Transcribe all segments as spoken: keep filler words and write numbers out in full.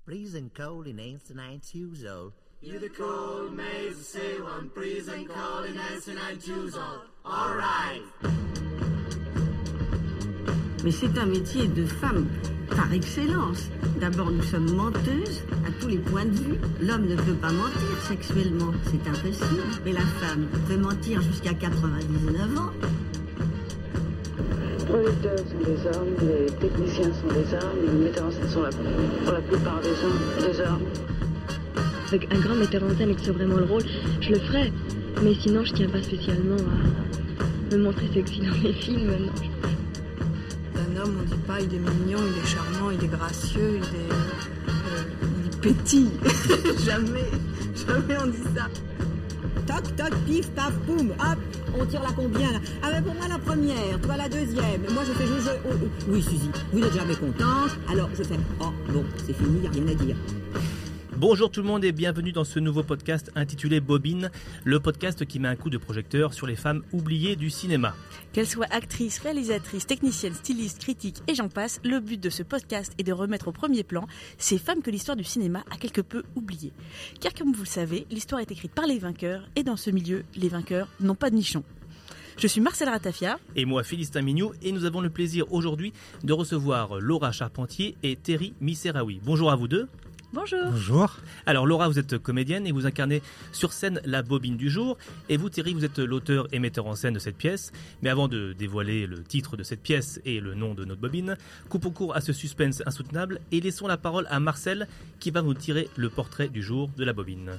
Freezing cold in eighty-nine years old. You're the cold maze, say one, freezing cold in eighty-nine years old. All right. Mais c'est un métier de femme par excellence. D'abord, nous sommes menteuses à tous les points de vue. L'homme ne peut pas mentir sexuellement, c'est impossible. Mais la femme peut mentir jusqu'à quatre-vingt-dix-neuf ans. Les producteurs sont des hommes, les techniciens sont des hommes, les metteurs en scène sont la, pour la plupart des hommes, des hommes. Avec un grand metteur en scène et que c'est vraiment le rôle, je le ferais. Mais sinon, je tiens pas spécialement à me montrer sexy dans mes films, non. Un homme, on dit pas il est mignon, il est charmant, il est gracieux, il est, euh, il pétille. jamais, jamais on dit ça. Toc, toc, pif, paf, poum, hop, on tire la combien là? Ah ben pour moi la première, toi la deuxième. Moi je fais je, je, oh, oh. Oui Suzy, vous n'êtes jamais contente, alors je fais, oh bon, c'est fini, y a rien à dire. Bonjour tout le monde et bienvenue dans ce nouveau podcast intitulé Bobine, le podcast qui met un coup de projecteur sur les femmes oubliées du cinéma. Qu'elles soient actrices, réalisatrices, techniciennes, stylistes, critiques et j'en passe, le but de ce podcast est de remettre au premier plan ces femmes que l'histoire du cinéma a quelque peu oubliées. Car comme vous le savez, l'histoire est écrite par les vainqueurs et dans ce milieu, les vainqueurs n'ont pas de nichon. Je suis Marcel Ratafia. Et moi, Philistin Mignot, et nous avons le plaisir aujourd'hui de recevoir Laura Charpentier et Terry Miseraoui. Bonjour à vous deux. Bonjour. Bonjour. Alors Laura, vous êtes comédienne et vous incarnez sur scène la bobine du jour. Et vous, Terry, vous êtes l'auteur et metteur en scène de cette pièce. Mais avant de dévoiler le titre de cette pièce et le nom de notre bobine, coupons court à ce suspense insoutenable et laissons la parole à Marcel qui va nous tirer le portrait du jour de la bobine.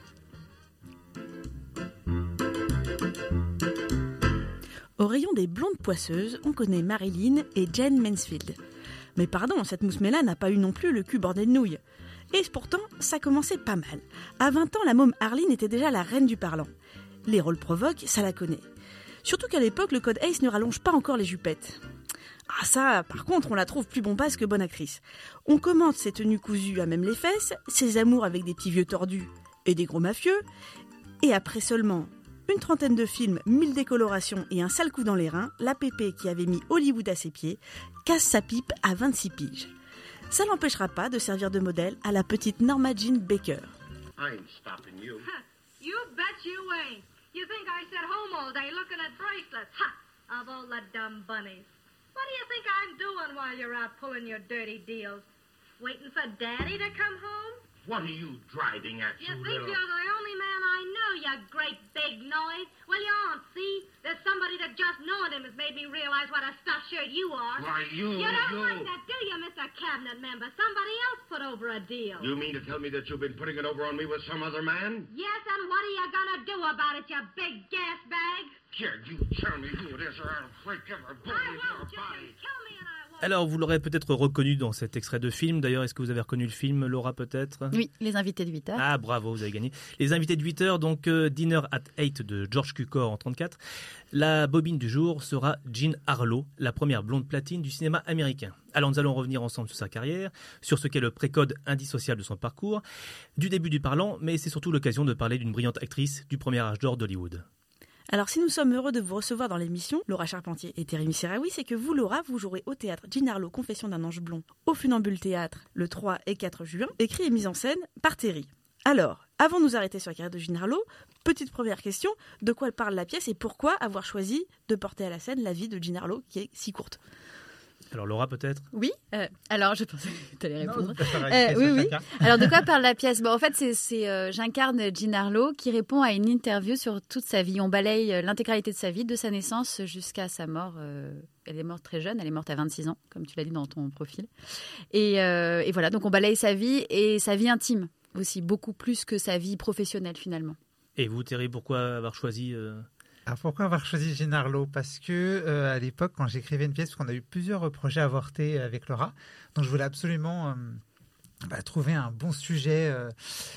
Au rayon des blondes poisseuses, on connaît Marilyn et Jane Mansfield. Mais pardon, cette mousmela n'a pas eu non plus le cul bordé de nouilles. Et pourtant, ça commençait pas mal. À vingt ans, la môme Arline était déjà la reine du parlant. Les rôles provoquent, ça la connaît. Surtout qu'à l'époque, le code Ace ne rallonge pas encore les jupettes. Ah ça, par contre, on la trouve plus bombasse que bonne actrice. On commente ses tenues cousues à même les fesses, ses amours avec des petits vieux tordus et des gros mafieux. Et après seulement une trentaine de films, mille décolorations et un sale coup dans les reins, la pépé qui avait mis Hollywood à ses pieds casse sa pipe à vingt-six piges. Ça l'empêchera pas de servir de modèle à la petite Norma Jean Baker. I'm stopping you. Huh, you bet you ain't. You think I sit home all day looking at bracelets? Ha! Of all the dumb bunnies. What do you think I'm doing while you're out pulling your dirty deals? Waiting for Daddy to come home? What are you driving at, you you think little... you're the only man I know, you great big noise? Well, you aren't, see? There's somebody that just knowing him has made me realize what a stuffed shirt you are. Why, you, You don't you... like that, do you, Mister Cabinet Member? Somebody else put over a deal. You mean to tell me that you've been putting it over on me with some other man? Yes, and what are you gonna do about it, you big gas bag? Here, you tell me who it is or I'll break every bone in your body. Kill me and I won't. Alors, vous l'aurez peut-être reconnu dans cet extrait de film. D'ailleurs, est-ce que vous avez reconnu le film, Laura, peut-être ? Oui, Les Invités de huit heures. Ah, bravo, vous avez gagné. Les Invités de huit heures, donc euh, Dinner at eight de George Cukor en trente-quatre. La bobine du jour sera Jean Harlow, la première blonde platine du cinéma américain. Alors, nous allons revenir ensemble sur sa carrière, sur ce qu'est le précode indissociable de son parcours, du début du parlant, mais c'est surtout l'occasion de parler d'une brillante actrice du premier âge d'or d'Hollywood. Alors si nous sommes heureux de vous recevoir dans l'émission, Laura Charpentier et Terry Miseraoui, c'est que vous, Laura, vous jouerez au théâtre Jean Harlow, Confession d'un ange blond, au Funambule Théâtre, le trois et quatre juin, écrit et mis en scène par Terry. Alors, avant de nous arrêter sur la carrière de Jean Harlow, petite première question, de quoi parle la pièce et pourquoi avoir choisi de porter à la scène la vie de Jean Harlow qui est si courte ? Alors Laura, peut-être ? Oui, euh, alors je pensais que tu allais répondre. Non, euh, oui, oui. Alors de quoi parle la pièce ? Bon, en fait, c'est, c'est euh, j'incarne Jean Harlow qui répond à une interview sur toute sa vie. On balaye euh, l'intégralité de sa vie, de sa naissance jusqu'à sa mort. Euh, elle est morte très jeune, elle est morte à vingt-six ans, comme tu l'as dit dans ton profil. Et, euh, et voilà, donc on balaye sa vie et sa vie intime aussi, beaucoup plus que sa vie professionnelle finalement. Et vous, Terry, pourquoi avoir choisi... Euh... Alors pourquoi avoir choisi Jean Harlow ? Parce que euh, à l'époque, quand j'écrivais une pièce, parce qu'on a eu plusieurs projets avortés avec Laura, donc je voulais absolument euh, bah, trouver un bon sujet euh,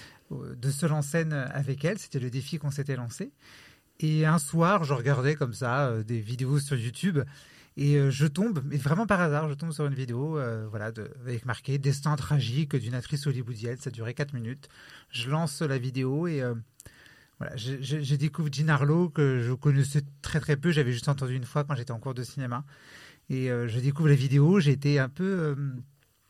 de seul en scène avec elle. C'était le défi qu'on s'était lancé. Et un soir, je regardais comme ça euh, des vidéos sur YouTube et euh, je tombe, mais vraiment par hasard, je tombe sur une vidéo euh, voilà, de, avec marqué « Destin tragique d'une actrice hollywoodienne ». Ça durait quatre minutes. Je lance la vidéo et... Euh, Voilà, je, je, je découvre Jean Harlow que je connaissais très très peu, j'avais juste entendu une fois quand j'étais en cours de cinéma. Et euh, je découvre la vidéo, j'ai été un peu euh,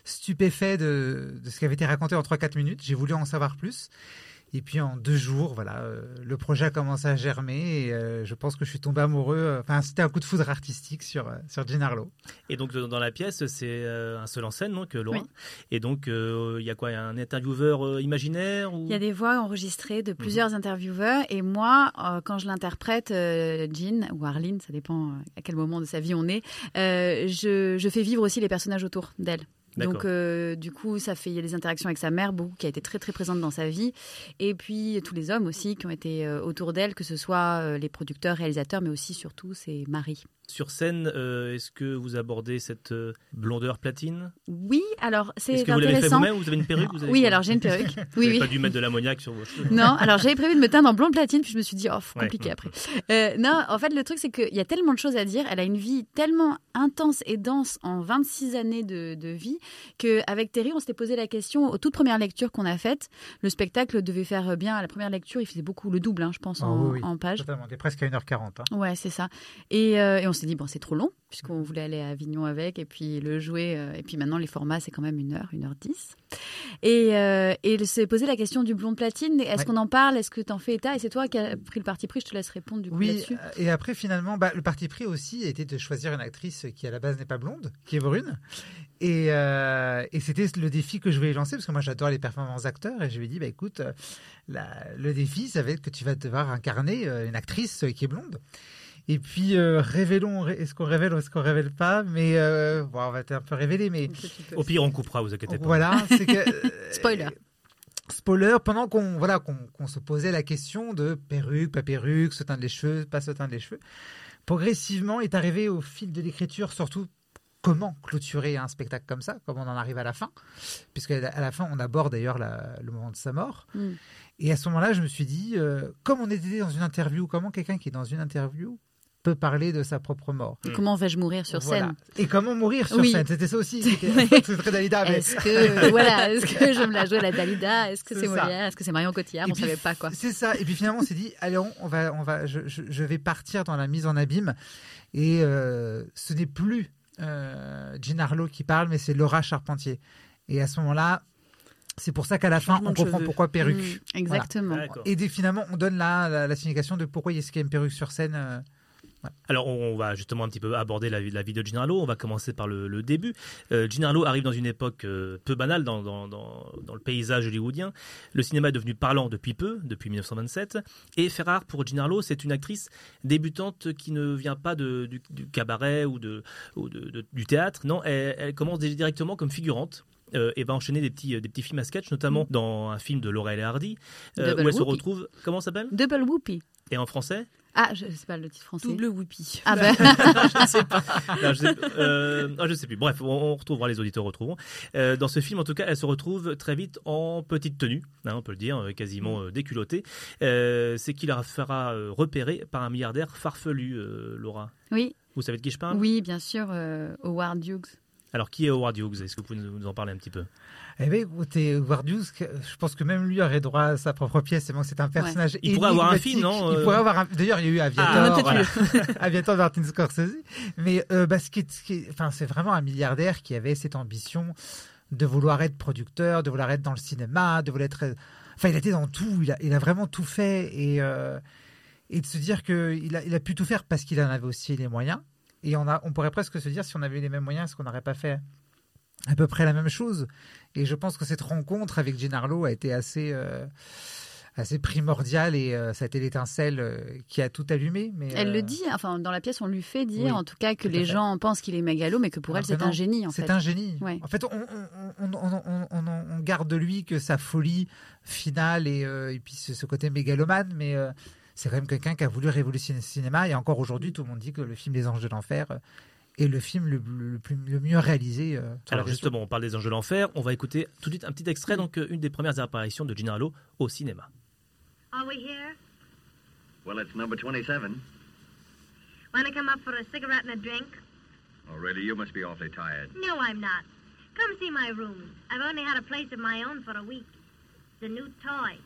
stupéfait de, de ce qui avait été raconté en trois quatre minutes. J'ai voulu en savoir plus. Et puis en deux jours, voilà, euh, le projet a commencé à germer et euh, je pense que je suis tombé amoureux. Enfin, c'était un coup de foudre artistique sur euh, sur Jean Harlow. Et donc dans la pièce, c'est euh, un seul en scène, donc Laura. Oui. Et donc il euh, y a quoi, y a un intervieweur euh, imaginaire ou... Il y a des voix enregistrées de plusieurs mmh. intervieweurs et moi, euh, quand je l'interprète, euh, Jean ou Arlene, ça dépend à quel moment de sa vie on est, euh, je, je fais vivre aussi les personnages autour d'elle. D'accord. Donc, euh, du coup, ça fait, il y a des interactions avec sa mère, beaucoup, qui a été très, très présente dans sa vie. Et puis, tous les hommes aussi qui ont été euh, autour d'elle, que ce soit euh, les producteurs, réalisateurs, mais aussi, surtout, ses maris. Sur scène, euh, est-ce que vous abordez cette euh, blondeur platine ? Oui, alors c'est Est-ce que intéressant. vous l'avez fait vous-même ? Vous avez une perruque ? Vous avez Oui, quoi ? alors j'ai une perruque. Vous oui, n'avez oui. pas dû mettre de l'ammoniac sur vos cheveux ? Non, alors j'avais prévu de me teindre en blonde platine, puis je me suis dit, oh, compliqué ouais. après. Euh, non, en fait, le truc, c'est qu'il y a tellement de choses à dire. Elle a une vie tellement intense et dense en vingt-six années de, de vie qu'avec Terry, on s'était posé la question aux toutes premières lectures qu'on a faites. Le spectacle devait faire bien à la première lecture, il faisait beaucoup le double, hein, je pense, oh, en, oui, oui. en page. Totalement, on est presque à une heure quarante. Hein. Ouais, c'est ça. Et, euh, et on s'est dit, bon, c'est trop long, puisqu'on voulait aller à Avignon avec, et puis le jouer. Euh, et puis maintenant, les formats, c'est quand même une heure, une heure dix. Et, euh, et il s'est posé la question du blond platine. Est-ce ouais. qu'on en parle ? Est-ce que tu en fais état ? Et c'est toi qui as pris le parti pris. Je te laisse répondre du coup oui, là-dessus. Et après, finalement, bah, le parti pris aussi était de choisir une actrice qui, à la base, n'est pas blonde, qui est brune. Et, euh, et c'était le défi que je voulais lancer, parce que moi, j'adore les performances d'acteurs. Et je lui ai dit, bah, écoute, la, le défi, ça va être que tu vas devoir incarner une actrice qui est blonde. Et puis, euh, révélons, est-ce qu'on révèle ou est-ce qu'on révèle pas ? Mais euh, bon, on va être un peu révélé. Mais... Au pire, on coupera, vous inquiétez pas. Voilà, c'est que... Spoiler. Spoiler, pendant qu'on voilà, qu'on, qu'on se posait la question de perruque, pas perruque, se teindre les cheveux, pas se teindre les cheveux, progressivement est arrivé au fil de l'écriture, surtout comment clôturer un spectacle comme ça, comment on en arrive à la fin, puisque à la fin, on aborde d'ailleurs la, le moment de sa mort. Mm. Et à ce moment-là, je me suis dit, euh, comme on était dans une interview, comment quelqu'un qui est dans une interview peut parler de sa propre mort. Et comment vais-je mourir sur voilà. scène ? Et comment mourir sur oui. scène ? C'était ça aussi. C'était, c'était très Dalida. Mais... Est-ce que voilà, est-ce que je me la joue à la Dalida ? Est-ce que c'est, c'est Molière ? Est-ce que c'est Marion Cotillard ? On ne savait pas quoi. C'est ça. Et puis finalement, on s'est dit, allez, on, on va, on va, je, je, je vais partir dans la mise en abîme. Et euh, ce n'est plus euh, Jean Harlow qui parle, mais c'est Laura Charpentier. Et à ce moment-là. C'est pour ça qu'à la fin, on comprend cheveux. Pourquoi perruque. Mmh, exactement. Voilà. Et des, finalement, on donne la, la, la signification de pourquoi est-ce qu'il y a une perruque sur scène. Euh, ouais. Alors, on va justement un petit peu aborder la, la vie de Jean Harlow. On va commencer par le, le début. Euh, Jean Harlow arrive dans une époque euh, peu banale dans, dans, dans, dans le paysage hollywoodien. Le cinéma est devenu parlant depuis peu, depuis dix-neuf cent vingt-sept. Et fait rare pour Jean Harlow, c'est une actrice débutante qui ne vient pas de, du, du cabaret ou, de, ou de, de, du théâtre. Non, elle, elle commence directement comme figurante. Euh, et va enchaîner des petits, des petits films à sketch, notamment mmh. dans un film de Laurel et Hardy, euh, où elle Whoopi. se retrouve... Comment ça s'appelle ? Double Whoopi. Et en français ? Ah, je ne sais pas le titre français. Double Whoopi. Ah ben, je ne sais pas. Non, je sais, euh, ah, je sais plus. Bref, on, on retrouvera, les auditeurs retrouveront. Euh, dans ce film, en tout cas, elle se retrouve très vite en petite tenue, hein, on peut le dire, quasiment euh, déculottée. Euh, c'est qui la fera euh, repérer par un milliardaire farfelu, euh, Laura. Oui. Vous savez de qui je parle ? Oui, bien sûr, euh, Howard Hughes. Alors, qui est Howard Hughes ? Est-ce que vous pouvez nous en parler un petit peu ? Eh bien, écoutez, Howard Hughes, je pense que même lui aurait droit à sa propre pièce. C'est, bon, c'est un personnage. Ouais. Il pourrait avoir un film, non ? Il pourrait avoir un... D'ailleurs, il y a eu Aviator, ah, voilà. Aviator de Martin Scorsese. Mais euh, bah, ce qui est, ce qui est... Enfin, c'est vraiment un milliardaire qui avait cette ambition de vouloir être producteur, de vouloir être dans le cinéma, de vouloir être. Enfin, il était dans tout. Il a, il a vraiment tout fait et euh... et de se dire qu'il a, il a pu tout faire parce qu'il en avait aussi les moyens. Et on, a, on pourrait presque se dire, si on avait eu les mêmes moyens, est-ce qu'on n'aurait pas fait à peu près la même chose ? Et je pense que cette rencontre avec Jean Harlow a été assez, euh, assez primordiale et euh, ça a été l'étincelle euh, qui a tout allumé. Mais, elle euh... le dit, enfin dans la pièce, on lui fait dire, oui, en tout cas, que les gens pensent qu'il est mégalo, mais que pour Alors elle, c'est non, un génie. En c'est fait. un génie. Ouais. En fait, on, on, on, on, on, on garde de lui que sa folie finale et, euh, et puis ce, ce côté mégalomane, mais... Euh, c'est quand même quelqu'un qui a voulu révolutionner le cinéma et encore aujourd'hui, tout le monde dit que le film Les Anges de l'Enfer est le film le, le, plus, le mieux réalisé. Euh, Alors justement, on parle des Anges de l'Enfer. On va écouter tout de suite un petit extrait, donc une des premières apparitions de Jean Harlow au cinéma. Are we here? Well, it's number twenty-seven. Want to come up for a cigarette and a drink? Oh, really? You must be awfully tired. No, I'm not. Come see my room. I've only had a place of my own for a week. It's a new toy.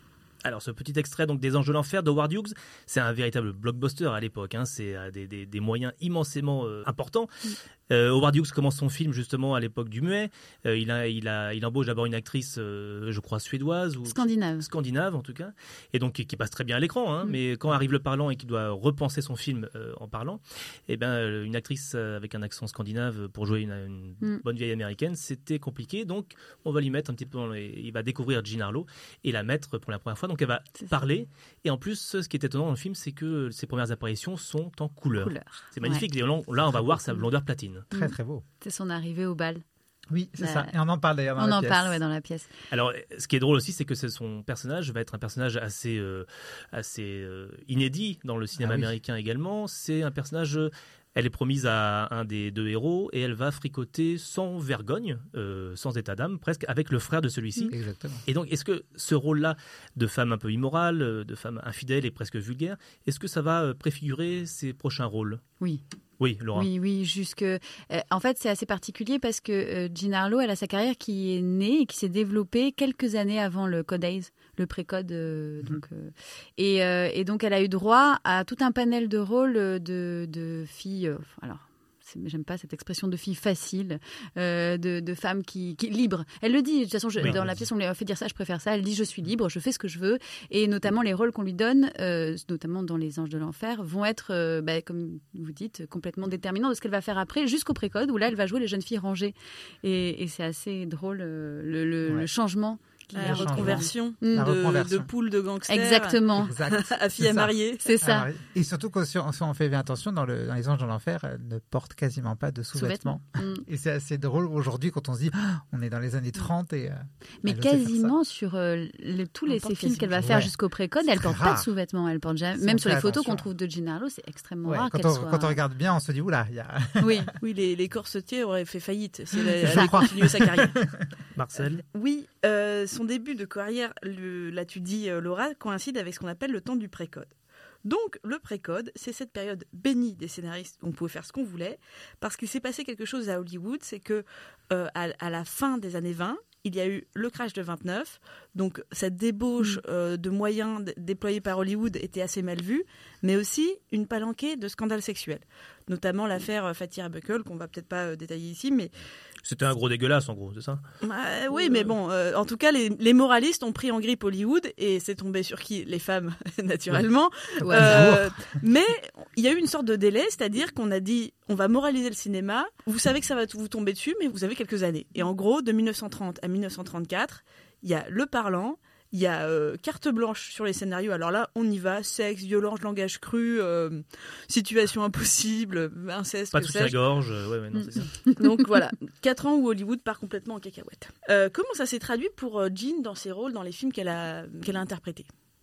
Alors, ce petit extrait donc des Anges de l'Enfer de Howard Hughes, c'est un véritable blockbuster à l'époque. Hein. C'est euh, des, des, des moyens immensément euh, importants. Mm. Euh, Howard Hughes commence son film justement à l'époque du muet. Euh, il, a, il, a, il embauche d'abord une actrice, euh, je crois, suédoise ou scandinave. Scandinave en tout cas, et donc qui, qui passe très bien à l'écran. Hein, mm. Mais quand arrive le parlant et qu'il doit repenser son film euh, en parlant, eh ben, une actrice avec un accent scandinave pour jouer une, une mm. bonne vieille américaine, c'était compliqué. Donc on va lui mettre un petit peu, dans les... il va découvrir Jean Harlow et la mettre pour la première fois. Donc elle va c'est parler. Ça. Et en plus, ce qui est étonnant dans le film, c'est que ses premières apparitions sont en couleur. couleur. C'est magnifique. Ouais. Et là, on va voir sa blondeur platine. Très très beau. C'est son arrivée au bal. Oui, c'est bah, ça. Et on en parle d'ailleurs dans on la en pièce. parle ouais, dans la pièce. Alors, ce qui est drôle aussi, c'est que son personnage va être un personnage assez, euh, assez euh, inédit dans le cinéma ah, oui. américain également. C'est un personnage... Elle est promise à un des deux héros et elle va fricoter sans vergogne, euh, sans état d'âme, presque, avec le frère de celui-ci. Exactement. Et donc, est-ce que ce rôle-là de femme un peu immorale, de femme infidèle et presque vulgaire, est-ce que ça va préfigurer ses prochains rôles ? Oui. Oui, Laura. Oui, oui, jusque. Euh, en fait, c'est assez particulier parce que euh, Jean Harlow, elle a sa carrière qui est née et qui s'est développée quelques années avant le Code Hays, le pré-code. Euh, mm-hmm. donc, euh, et, euh, et donc, elle a eu droit à tout un panel de rôles de, de filles. Euh, alors. J'aime pas cette expression de fille facile, euh, de, de femme qui, qui est libre. Elle le dit, de toute façon, je, oui, dans la pièce, on lui a fait dire ça, je préfère ça. Elle dit, je suis libre, je fais ce que je veux. Et notamment, les rôles qu'on lui donne, euh, notamment dans Les Anges de l'Enfer, vont être, euh, bah, comme vous dites, complètement déterminants de ce qu'elle va faire après, jusqu'au pré-code, où là, elle va jouer les jeunes filles rangées. Et, et c'est assez drôle, euh, le, le, ouais. le changement. La reconversion, la de, reconversion de poule de gangster exactement. Exact. à fille à marier. C'est ça. Et surtout quand on fait bien attention, dans, le, dans Les Anges de l'Enfer, elle ne porte quasiment pas de sous-vêtements. sous-vêtements. Mm. Et c'est assez drôle aujourd'hui quand on se dit oh, on est dans les années trente. Et, euh, mais quasiment sur euh, le, tous les, ces films qu'elle va faire ouais. jusqu'au pré-code, elle ne porte rare. pas de sous-vêtements. Elle porte jamais, même sur les photos qu'on trouve de Jean Harlow, c'est extrêmement ouais, rare quand qu'elle on, soit... Quand on regarde bien, on se dit oula, il y a... Oui, oui les, les corsetiers auraient fait faillite si elle, elle a continué sa carrière. Marcel Oui, euh, son début de carrière, le, là tu dis euh, Laura, coïncide avec ce qu'on appelle le temps du pré-code. Donc le pré-code, c'est cette période bénie des scénaristes où on pouvait faire ce qu'on voulait, parce qu'il s'est passé quelque chose à Hollywood, c'est que euh, à, à la fin des années vingt, il y a eu le crash de vingt-neuf, donc cette débauche euh, de moyens d- déployés par Hollywood était assez mal vue, mais aussi une palanquée de scandales sexuels, notamment l'affaire Fatty Arbuckle, qu'on va peut-être pas euh, détailler ici, mais... C'était un gros dégueulasse en gros, c'est ça ? euh, Oui, mais bon, euh, en tout cas, les, les moralistes ont pris en grippe Hollywood, et c'est tombé sur qui ? Les femmes, naturellement. Ouais. Euh, mais il y a eu une sorte de délai, c'est-à-dire qu'on a dit, on va moraliser le cinéma, vous savez que ça va vous tomber dessus, mais vous avez quelques années. Et en gros, de dix-neuf cent trente à dix-neuf cent trente-quatre, il y a Le Parlant, il y a euh, carte blanche sur les scénarios. Alors là, on y va, sexe, violence, langage cru, euh, situation impossible, inceste, pas que toute sais-je. la gorge, euh, ouais, ouais, non, c'est ça. Donc voilà, quatre ans où Hollywood part complètement en cacahuète. Euh, comment ça s'est traduit pour euh, Jean dans ses rôles, dans les films qu'elle a, qu'elle a interprétés ?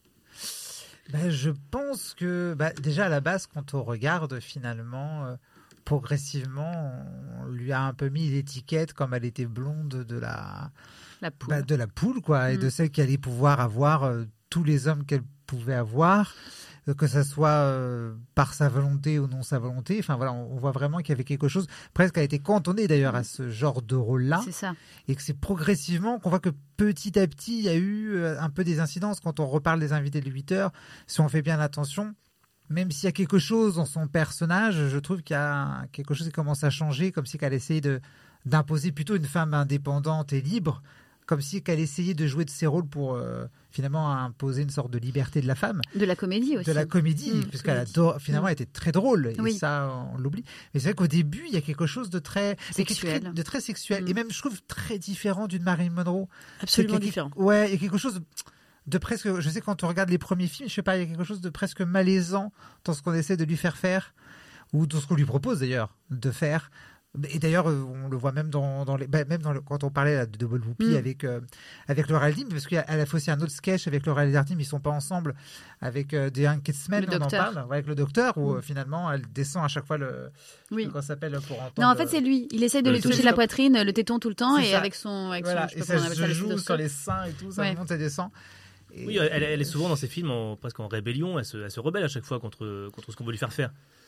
Ben, je pense que bah, déjà à la base, quand on regarde finalement, euh, progressivement, on lui a un peu mis l'étiquette comme elle était blonde de la, la poule, bah, de la poule quoi, mmh. et de celle qui allait pouvoir avoir euh, tous les hommes qu'elle pouvait avoir, euh, que ça soit euh, par sa volonté ou non sa volonté. Enfin voilà, on, on voit vraiment qu'il y avait quelque chose, presque elle a été cantonnée d'ailleurs mmh. à ce genre de rôle-là. C'est ça. Et que c'est progressivement qu'on voit que petit à petit, il y a eu euh, un peu des incidences. Quand on reparle des invités de huit heures, si on fait bien attention, même s'il y a quelque chose dans son personnage, je trouve qu'il y a quelque chose qui commence à changer, comme si qu'elle essayait de, d'imposer plutôt une femme indépendante et libre, comme si qu'elle essayait de jouer de ses rôles pour euh, finalement imposer une sorte de liberté de la femme. De la comédie aussi. De la comédie, mmh, puisqu'elle adore, finalement, elle était très drôle, et oui. ça, on l'oublie. Mais c'est vrai qu'au début, il y a quelque chose de très sexuel, de très, de très sexuel, mmh. et même, je trouve, très différent d'une Marilyn Monroe. Absolument différent. Ouais, il y a quelque chose... De, de presque, je sais quand on regarde les premiers films, je sais pas, il y a quelque chose de presque malaisant dans ce qu'on essaie de lui faire faire, ou dans ce qu'on lui propose d'ailleurs de faire. Et d'ailleurs, on le voit même dans, dans les, bah, même dans le, quand on parlait de Double Whoopi mm. avec euh, avec Laura Hardy, parce qu'elle a fait aussi un autre sketch avec Laura Hardy, mais ils sont pas ensemble, avec euh, The Young Kidsmen, on en parle, avec le docteur, où mm. euh, finalement elle descend à chaque fois le, oui. comment ça s'appelle pour entendre. Non, en fait c'est lui, il essaie de lui toucher la poitrine, le téton tout le temps, c'est et ça. avec son, avec voilà. son, je sais et pas ça comment on appelle se ça, joue sur les seins et tout, ça ouais. monte et descend. Et... Oui, elle, elle est souvent dans ses films en, presque en rébellion, elle se, elle se rebelle à chaque fois contre, contre ce qu'on veut lui faire faire.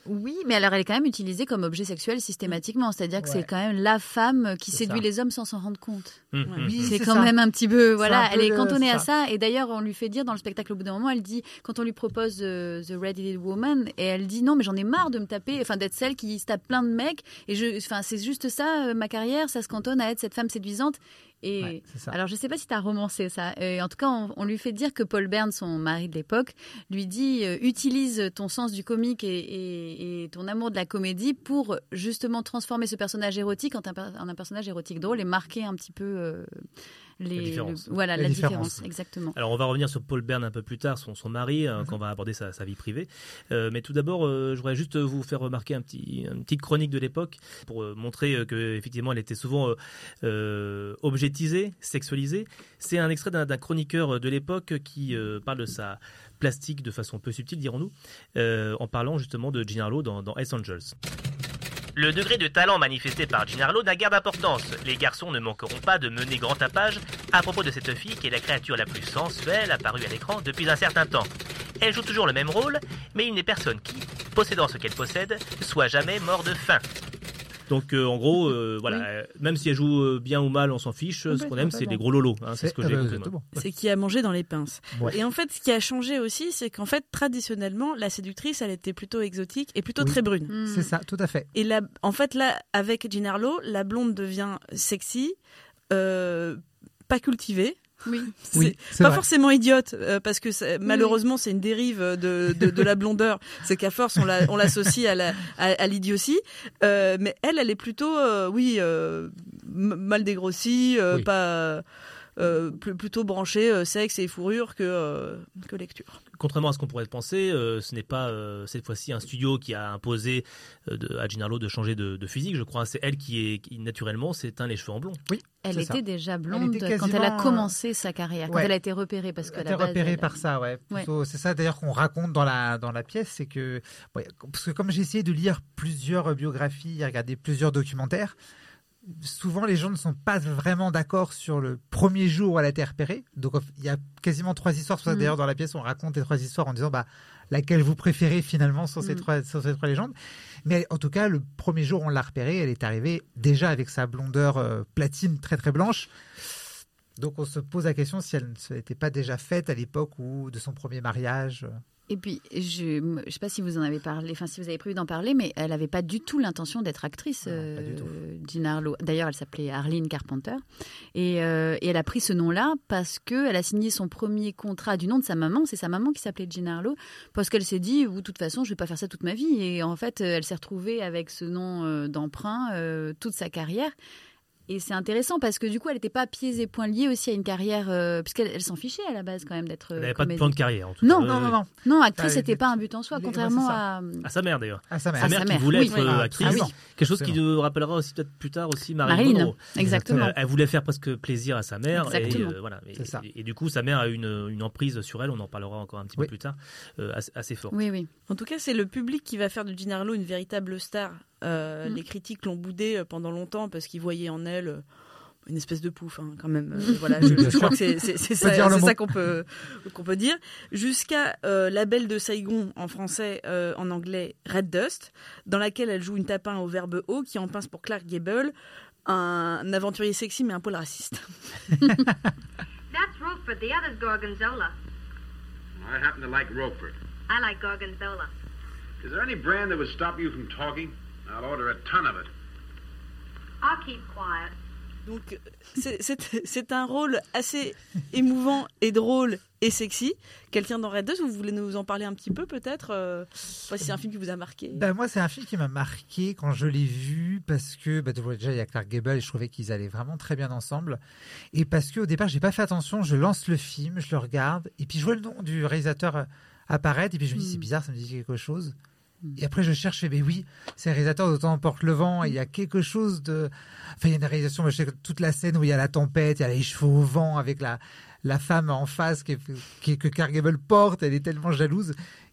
Oui, mais alors elle est quand même utilisée comme objet sexuel systématiquement, c'est-à-dire que Ouais. c'est quand même la femme qui C'est séduit ça. les hommes sans s'en rendre compte. Mmh. Oui, c'est c'est quand ça. même un petit peu, voilà, un peu elle est le- cantonnée à ça. ça. Et d'ailleurs, on lui fait dire dans le spectacle au bout d'un moment, elle dit, quand on lui propose euh, The Red-Headed Woman, et elle dit non, mais j'en ai marre de me taper, enfin d'être celle qui se tape plein de mecs. Et je, enfin c'est juste ça, euh, ma carrière, ça se cantonne à être cette femme séduisante. Et Ouais, c'est ça. alors, je ne sais pas si tu as romancé ça. Et en tout cas, on, on lui fait dire que Paul Bern, son mari de l'époque, lui dit euh, utilise ton sens du comique et, et, et ton amour de la comédie pour justement transformer ce personnage érotique en un, en un personnage érotique drôle et marquer un petit peu euh, les, La différence. le- voilà, La la, différence. différence. Exactement. Alors on va revenir sur Paul Bern un peu plus tard, son, son mari, hein, quand on va aborder sa, sa vie privée. Euh, mais tout d'abord, euh, je voudrais juste vous faire remarquer un petit, une petite chronique de l'époque pour euh, montrer euh, qu'effectivement elle était souvent euh, euh, objetisée, sexualisée. C'est un extrait d'un, d'un chroniqueur de l'époque qui euh, parle de sa plastique de façon peu subtile, dirons-nous, euh, en parlant justement de Jean Harlow dans, dans Hells Angels. Le degré de talent manifesté par Jean Harlow n'a guère d'importance. Les garçons ne manqueront pas de mener grand tapage à propos de cette fille qui est la créature la plus sensuelle apparue à l'écran depuis un certain temps. Elle joue toujours le même rôle, mais il n'est personne qui, possédant ce qu'elle possède, soit jamais mort de faim. Donc euh, en gros, euh, voilà, euh, même si elle joue euh, bien ou mal, on s'en fiche. Ce qu'on aime, c'est les gros lolos. Hein, c'est ce que ah j'ai bah, compris. exactement. C'est qui a mangé dans les pinces. Ouais. Et en fait, ce qui a changé aussi, c'est qu'en fait, traditionnellement, la séductrice, elle était plutôt exotique et plutôt Oui. très brune. Mm. C'est ça, tout à fait. Et là, en fait, là, avec Jean Harlow, la blonde devient sexy, euh, pas cultivée. Oui. C'est Oui, c'est pas vrai. forcément idiote, euh, parce que c'est- malheureusement c'est une dérive de, de, de la blondeur. C'est qu'à force on, la, on l'associe à, la, à, à l'idiotie. Euh, mais elle, elle est plutôt, euh, oui, euh, m- mal dégrossie, euh, Oui. pas euh, pl- plutôt branchée euh, sexe et fourrure que, euh, que lecture. Contrairement à ce qu'on pourrait penser, euh, ce n'est pas euh, cette fois-ci un studio qui a imposé euh, de, à Jean Harlow de changer de, de physique. Je crois c'est elle qui, est, qui naturellement s'est teint les cheveux en blond. Oui. Elle c'est était ça. déjà blonde était quand elle a quasiment, commencé sa carrière, quand ouais. elle a été repérée. Parce que Elle à était la base, repérée elle- par ça, ouais. Ouais. Plutôt, c'est ça d'ailleurs qu'on raconte dans la, dans la pièce, c'est que, ouais, parce que comme j'ai essayé de lire plusieurs biographies, regarder plusieurs documentaires, souvent les gens ne sont pas vraiment d'accord sur le premier jour où elle a été repérée. Donc il y a quasiment trois histoires. C'est pour ça que Mm. d'ailleurs dans la pièce on raconte les trois histoires en disant bah laquelle vous préférez finalement sur ces Mm. trois sur ces trois légendes. Mais en tout cas le premier jour où on l'a repérée, elle est arrivée déjà avec sa blondeur euh, platine très très blanche. Donc on se pose la question si elle ne s'était pas déjà faite à l'époque ou de son premier mariage. Et puis, je ne sais pas si vous en avez parlé, enfin si vous avez prévu d'en parler, mais elle n'avait pas du tout l'intention d'être actrice, Non, pas euh, du tout. Jean Harlow. D'ailleurs, elle s'appelait Arlene Carpenter. Et, euh, et elle a pris ce nom-là parce qu'elle a signé son premier contrat du nom de sa maman. C'est sa maman qui s'appelait Jean Harlow. Parce qu'elle s'est dit, de toute façon, je ne vais pas faire ça toute ma vie. Et en fait, elle s'est retrouvée avec ce nom euh, d'emprunt euh, toute sa carrière. Et c'est intéressant parce que du coup, elle n'était pas pieds et poings liée aussi à une carrière, euh, puisqu'elle elle s'en fichait à la base quand même d'être. Elle euh, n'avait pas de comédienne. plan de carrière en tout Non, cas. Non, Ouais, non, ouais. non. Non, actrice, Ah, c'était les- pas un but en soi, les- contrairement ouais, c'est à. À sa mère d'ailleurs. À sa mère. Sa À mère sa qui mère, voulait oui. être euh, Ah, actrice. absolument. Quelque chose qui Absolument. nous rappellera aussi peut-être plus tard aussi Marilyn Marilyn, Monroe. exactement. Euh, elle voulait faire presque plaisir à sa mère. Exactement. Et, euh, voilà. Et, C'est ça. et- et du coup, sa mère a eu une, une emprise sur elle. On en parlera encore un petit Oui. peu plus tard. euh, assez, assez fort. Oui, oui. En tout cas, c'est le public qui va faire de Jean Harlow une véritable star. Euh, Mm. Les critiques l'ont boudée euh, pendant longtemps parce qu'ils voyaient en elle euh, une espèce de pouf, hein, quand même. Euh, voilà, je, Bien je crois sûr. que c'est c'est- c'est Faut ça, dire le c'est mot. ça qu'on peut, qu'on peut dire. Jusqu'à euh, La Belle de Saigon en français, euh, en anglais Red Dust, dans laquelle elle joue une tapin au verbe haut qui en pince pour Clark Gable, un aventurier sexy mais un peu raciste. That's Roquefort, the other's Gorgonzola. I happen to like Roquefort. I like Gorgonzola. Is there any brand that would stop you from talking? I'll order a ton of it. I'll keep quiet. Donc c'est- c'est c'est un rôle assez émouvant et drôle et sexy qu'elle tient dans Red Dust. Vous voulez nous en parler un petit peu peut-être euh, je sais pas si c'est un film qui vous a marqué. Ben, moi, c'est un film qui m'a marqué quand je l'ai vu parce que bah, déjà il y a Clark Gable et je trouvais qu'ils allaient vraiment très bien ensemble. Et parce qu'au départ, j'ai pas fait attention. Je lance le film, je le regarde et puis je vois le nom du réalisateur euh, apparaître et puis je me dis Mm. c'est bizarre, ça me dit quelque chose. Et après, je cherche, et ben oui, c'est le réalisateur d'Autant emporte le vent. Et il y a quelque chose de. Enfin, il y a une réalisation, moi, je sais que toute la scène où il y a la tempête, il y a les cheveux au vent avec la, la femme en face qui, est- qui, que Clark Gable porte, elle est tellement jalouse.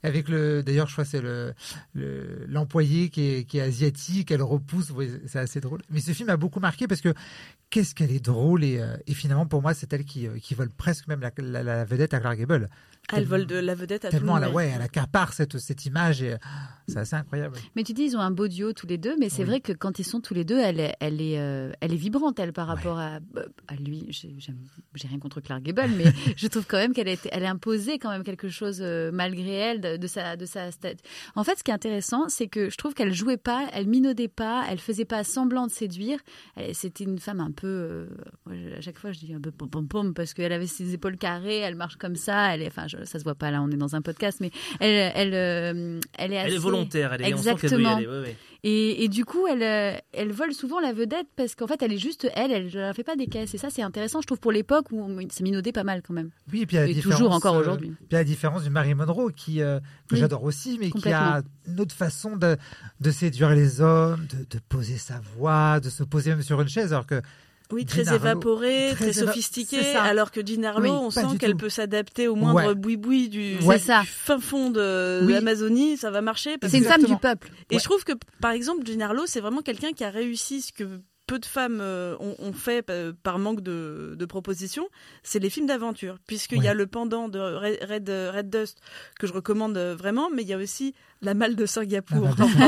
avec le, d'ailleurs, je crois que c'est le, le l'employé qui est, qui est asiatique, elle repousse, ouais, c'est assez drôle. Mais ce film a beaucoup marqué parce que qu'est-ce qu'elle est drôle et, euh, et finalement pour moi c'est elle qui, qui vole presque même la, la, la vedette à Clark Gable. Ah, elle vole de la vedette à tout le tellement monde. elle, ouais, elle accapare cette, cette image et c'est assez incroyable. Mais tu dis ils ont un beau duo tous les deux, mais c'est oui. vrai que quand ils sont tous les deux, elle est, elle est, euh, elle est vibrante elle par rapport ouais. à, à lui. J'ai, j'aime, j'ai rien contre Clark Gable, mais je trouve quand même qu'elle est, elle est imposée quand même quelque chose euh, malgré elle de, de sa, de sa. En fait, ce qui est intéressant, c'est que je trouve qu'elle jouait pas, elle minaudait pas, elle faisait pas semblant de séduire. Elle, c'était une femme un peu, euh, à chaque fois je dis un peu pom pom pom parce qu'elle avait ses épaules carrées, elle marche comme ça, elle est, enfin je, ça se voit pas là, on est dans un podcast, mais elle, elle, euh, elle est assez... Elle est volontaire, elle est exactement. On sent qu'elle veut y aller, ouais, ouais. Et, et du coup, elle, elle vole souvent la vedette parce qu'en fait, elle est juste elle, elle ne la fait pas des caisses. Et ça, c'est intéressant, je trouve, pour l'époque où ça minaudait pas mal quand même. Oui, et puis à la et différence, toujours encore aujourd'hui. Euh, puis à la différence du Marilyn Monroe, qui, euh, que oui, j'adore aussi, mais qui a une autre façon de, de séduire les hommes, de, de poser sa voix, de se poser même sur une chaise, alors que oui, très Jean évaporée, très, très sophistiquée, alors que Jean Harlow, oui, on sent qu'elle tout. peut s'adapter au moindre ouais. boui-boui du, ouais. du fin fond de oui. l'Amazonie, ça va marcher. C'est une femme du peuple. Et ouais. je trouve que, par exemple, Jean Harlow, c'est vraiment quelqu'un qui a réussi ce que peu de femmes euh, ont, ont fait euh, par manque de, de propositions, c'est les films d'aventure, puisqu'il ouais. y a le pendant de Red, Red, Red Dust que je recommande vraiment, mais il y a aussi La Malle de Singapour,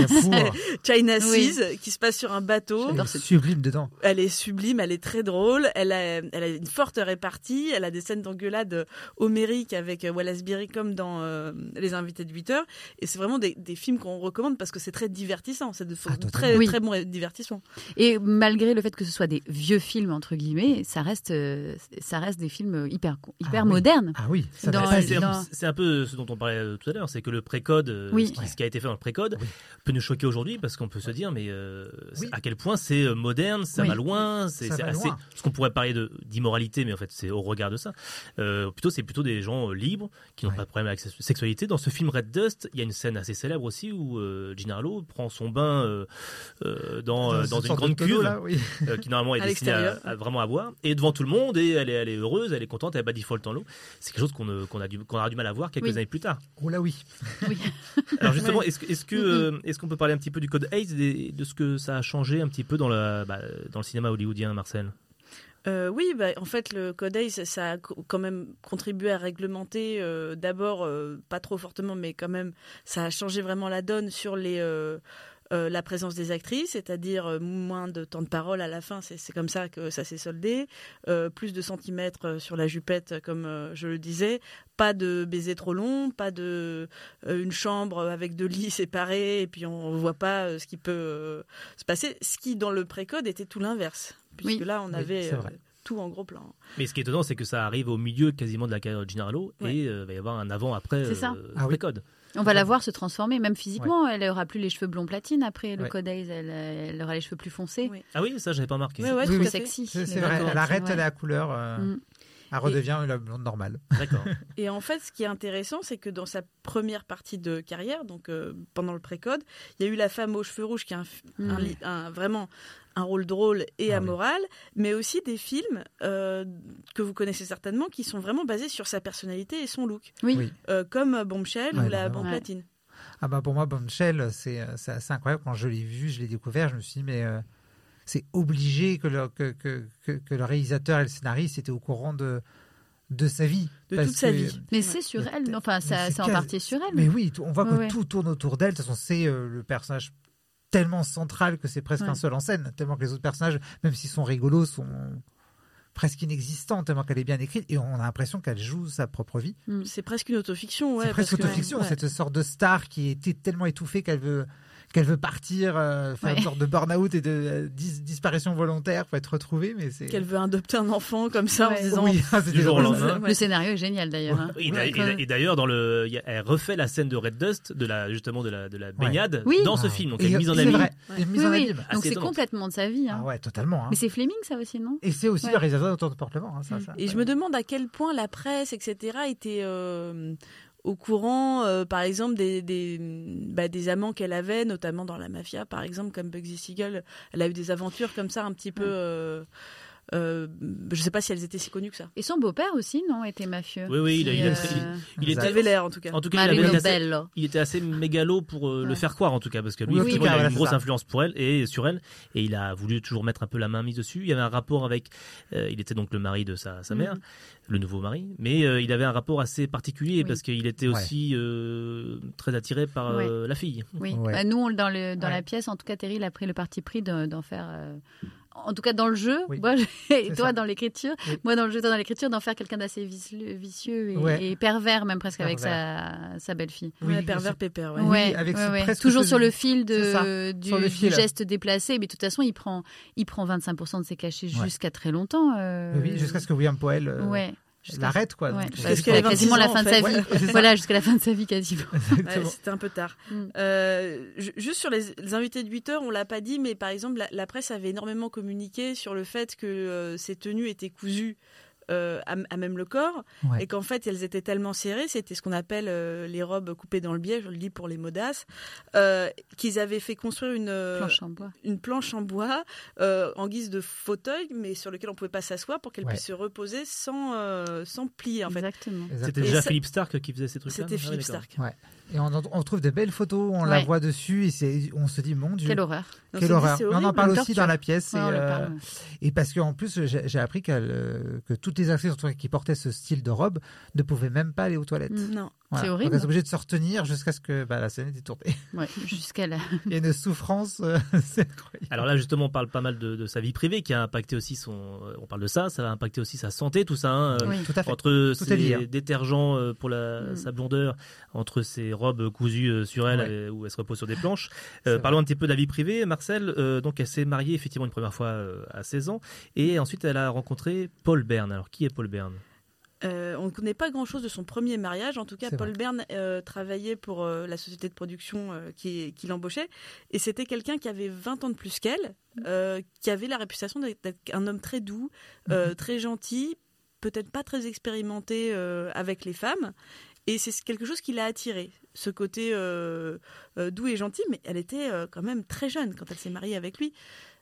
China Seas, oui. qui se passe sur un bateau. Elle est sublime dedans. Elle est sublime, elle est très drôle, elle a, elle a une forte répartie, elle a des scènes d'engueulade homériques avec Wallace Beery comme dans euh, Les Invités de huit heures, et c'est vraiment des, des films qu'on recommande parce que c'est très divertissant, c'est de, ah, très, oui. très bon divertissement. Et malgré le fait que ce soit des vieux films entre guillemets, ça reste, ça reste des films hyper, hyper ah, modernes. Ah oui. Ça dans, c'est, dans... c'est un peu ce dont on parlait tout à l'heure, c'est que le précode, oui. ce, qui, ce qui a été fait dans le précode, oui. peut nous choquer aujourd'hui parce qu'on peut se dire mais euh, oui. à quel point c'est moderne, ça oui. va loin, c'est, ça c'est va assez. Loin. Ce qu'on pourrait parler de d'immoralité, mais en fait c'est au regard de ça. Euh, plutôt c'est plutôt des gens libres qui n'ont ouais. pas de problème avec la sexualité. Dans ce film Red Dust, il y a une scène assez célèbre aussi où euh, Jean Harlow prend son bain euh, euh, dans dans, dans une grande cuve. Là, oui. Euh, qui normalement est destinée à, à vraiment à boire, et devant tout le monde, et elle est, elle est heureuse, elle est contente, elle bat dix fois le temps l'eau. C'est quelque chose qu'on, qu'on, a du, qu'on aura du mal à voir quelques oui. années plus tard. Oh là oui. oui. Alors justement, est-ce, est-ce, que, euh, est-ce qu'on peut parler un petit peu du code Hays et de ce que ça a changé un petit peu dans, la, bah, dans le cinéma hollywoodien, Marcel ? Euh, oui, bah, en fait, le Code Hays, ça, ça a quand même contribué à réglementer, euh, d'abord, euh, pas trop fortement, mais quand même, ça a changé vraiment la donne sur les... Euh, Euh, la présence des actrices, c'est-à-dire euh, moins de temps de parole à la fin, c'est, c'est comme ça que ça s'est soldé, euh, plus de centimètres sur la jupette, comme euh, je le disais, pas de baiser trop long, pas de euh, une chambre avec deux lits séparés et puis on ne voit pas euh, ce qui peut euh, se passer, ce qui dans le pré-code était tout l'inverse, puisque oui. là on avait... Oui, tout en gros plan. Mais ce qui est étonnant, c'est que ça arrive au milieu quasiment de la carrière de Jean Harlow ouais. et il euh, va y avoir un avant-après euh, ah, pré-code. On va la voir se transformer, même physiquement. Ouais. Elle aura plus les cheveux blond platine après le ouais. Code Hays. Elle, elle aura les cheveux plus foncés. Oui. Ah oui, ça, j'avais pas remarqué. Ouais, ouais, oui, trop oui. sexy. C'est, c'est vrai. Elle arrête ouais. la couleur. Euh... Mm. Elle redevient et... la blonde normale. D'accord. Et en fait, ce qui est intéressant, c'est que dans sa première partie de carrière, donc euh, pendant le pré-code, il y a eu la femme aux cheveux rouges qui a un, mm. un, un, vraiment un rôle drôle et ah, amoral, oui. mais aussi des films euh, que vous connaissez certainement qui sont vraiment basés sur sa personnalité et son look. Oui. oui. Euh, comme Bombshell ouais, ou La Bombe ouais. Platine. Ah bah pour moi, Bombshell, c'est, c'est assez incroyable. Quand je l'ai vu, je l'ai découvert, je me suis dit, mais euh, c'est obligé que le, que, que, que, que le réalisateur et le scénariste étaient au courant de, de sa vie. De toute sa vie. Mais c'est sur elle, enfin, ça, c'est, c'est en partie sur elle. Mais oui, on voit que ouais. tout tourne autour d'elle. De toute façon, c'est euh, le personnage tellement central que c'est presque ouais. un seul en scène. Tellement que les autres personnages, même s'ils sont rigolos, sont presque inexistants, tellement qu'elle est bien écrite. Et on a l'impression qu'elle joue sa propre vie. C'est presque une autofiction. Ouais, c'est presque une autofiction, ouais. cette sorte de star qui est tellement étouffée qu'elle veut... qu'elle veut partir, euh, faire ouais. une sorte de burn-out et de euh, dis- disparition volontaire pour être retrouvée. Mais c'est... Qu'elle veut adopter un enfant comme ça ouais. en se disant... Oui, ah, du jour au lendemain. Le scénario est génial d'ailleurs. Hein. Et, et, et d'ailleurs, dans le, elle refait la scène de Red Dust, de la, justement de la, de la baignade, ouais. oui. dans ce ah, film. Donc et elle est mise en abîme. abîme. Oui, oui. oui. Donc c'est étonnante. Complètement de sa vie. Hein. Ah ouais, totalement. Hein. Mais c'est Fleming ça aussi, non ? Et c'est aussi ouais. le réalisateur d'Autant de Portement. Hein, ça, ça, et ouais. je me demande à quel point la presse, et cetera, était... Euh... au courant, euh, par exemple, des, des, bah, des amants qu'elle avait, notamment dans la mafia, par exemple, comme Bugsy Siegel. Elle a eu des aventures comme ça, un petit peu... Euh, Euh, je sais pas si elles étaient si connues que ça. Et son beau-père aussi, non, était mafieux. Oui, oui, il, a, il, a, euh... il, il était avait l'air en tout cas. En tout cas, il, avait assez, il était assez mégalo pour euh, ouais. le faire croire en tout cas, parce que lui, oui, oui, oui, il a voilà, une grosse ça. influence pour elle et sur elle, et il a voulu toujours mettre un peu la main mise dessus. Il y avait un rapport avec, euh, il était donc le mari de sa, sa mère, mm. le nouveau mari, mais euh, il avait un rapport assez particulier oui. parce qu'il était ouais. aussi euh, très attiré par ouais. euh, la fille. Oui. Ouais. Bah, nous, on, dans, le, dans ouais. la pièce, en tout cas, Terry, il a pris le parti pris de, d'en faire. Euh... En tout cas, dans le jeu, oui. moi, et toi, ça. dans l'écriture, oui. moi, dans le jeu, toi, dans l'écriture, d'en faire quelqu'un d'assez vicieux et, ouais. et pervers, même presque pervers. avec sa, sa belle-fille. Oui, ouais, pervers pépère, ouais. ouais. Oui, avec ouais, ouais. presque Toujours ce... sur le fil, de, du, sur le fil du geste déplacé, mais de toute façon, il prend, il prend vingt-cinq pour cent de ses cachets ouais. jusqu'à très longtemps. Euh... Oui, jusqu'à ce que William Poel euh, ouais. l'arrête, quoi. Ouais. Jusqu'à jusqu'à quasiment la fin de sa vie. Ouais, voilà, jusqu'à la fin de sa vie, quasiment. Ouais, c'était un peu tard. Mm. Euh, juste sur les, les invités de huit heures, on l'a pas dit, mais par exemple, la, la presse avait énormément communiqué sur le fait que euh, ces tenues étaient cousues Euh, à, à même le corps ouais. et qu'en fait elles étaient tellement serrées, c'était ce qu'on appelle euh, les robes coupées dans le biais, je le dis pour les modasses, euh, qu'ils avaient fait construire une planche en bois, une planche en bois euh, en guise de fauteuil, mais sur lequel on pouvait pas s'asseoir pour qu'elle ouais. puisse se reposer sans euh, sans plier en fait. Exactement. C'était déjà ça... Philippe Stark qui faisait ces trucs-là. C'était Philippe ah, Stark. Ouais. Et on, on trouve de belles photos, on ouais. la voit dessus et c'est, on se dit mon Dieu. Quelle horreur. Quelle on horreur. Dit, on en parle aussi dans la pièce. Ouais, et, euh, parle. et parce qu'en plus, j'ai, j'ai appris euh, que toutes les actrices qui portaient ce style de robe ne pouvaient même pas aller aux toilettes. Non, voilà. C'est horrible. Donc elles sont obligées de se retenir jusqu'à ce que bah, la scène ait été tournée. Ouais, jusqu'à là. Il y a une souffrance, euh, c'est incroyable. Alors là, justement, on parle pas mal de, de sa vie privée qui a impacté aussi son. On parle de ça, ça a impacté aussi sa santé, tout ça. Hein, oui, tout à fait. Entre tout ses détergents pour la, mm. sa blondeur, entre ses robes cousues sur elle ouais. où elle se repose sur des planches. Euh, parlons un petit peu de la vie privée. Marcel, euh, donc elle s'est mariée effectivement une première fois euh, à seize ans et ensuite elle a rencontré Paul Bern. Alors qui est Paul Bern ? Euh, on ne connaît pas grand-chose de son premier mariage. En tout cas, c'est Paul vrai. Bern euh, travaillait pour euh, la société de production euh, qui, qui l'embauchait. Et c'était quelqu'un qui avait vingt ans de plus qu'elle, euh, qui avait la réputation d'être, d'être un homme très doux, euh, mm-hmm. très gentil, peut-être pas très expérimenté euh, avec les femmes. Et c'est quelque chose qui l'a attiré, ce côté euh, euh, doux et gentil. Mais elle était euh, quand même très jeune quand elle s'est mariée avec lui.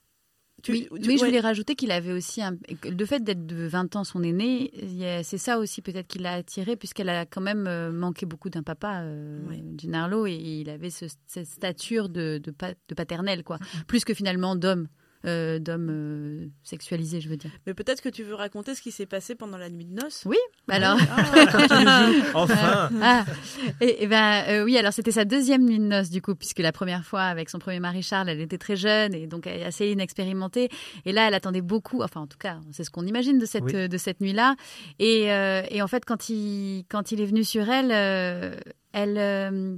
Tu, oui, tu, oui ouais. je voulais rajouter qu'il avait aussi un, le fait d'être de vingt ans son aîné, c'est ça aussi peut-être qui l'a attiré puisqu'elle a quand même manqué beaucoup d'un papa, euh, oui. Jean Harlow, et il avait ce, cette stature de, de, de paternel quoi, mm-hmm. plus que finalement d'homme. Euh, d'hommes euh, sexualisés, je veux dire. Mais peut-être que tu veux raconter ce qui s'est passé pendant la nuit de noces. Oui, alors. Ah, enfin. Ah, et, et ben euh, oui, alors c'était sa deuxième nuit de noces du coup, puisque la première fois avec son premier mari Charles, elle était très jeune et donc assez inexpérimentée. Et là, elle attendait beaucoup. Enfin, en tout cas, c'est ce qu'on imagine de cette oui. de cette nuit-là. Et, euh, et en fait, quand il quand il est venu sur elle, euh, elle. Euh,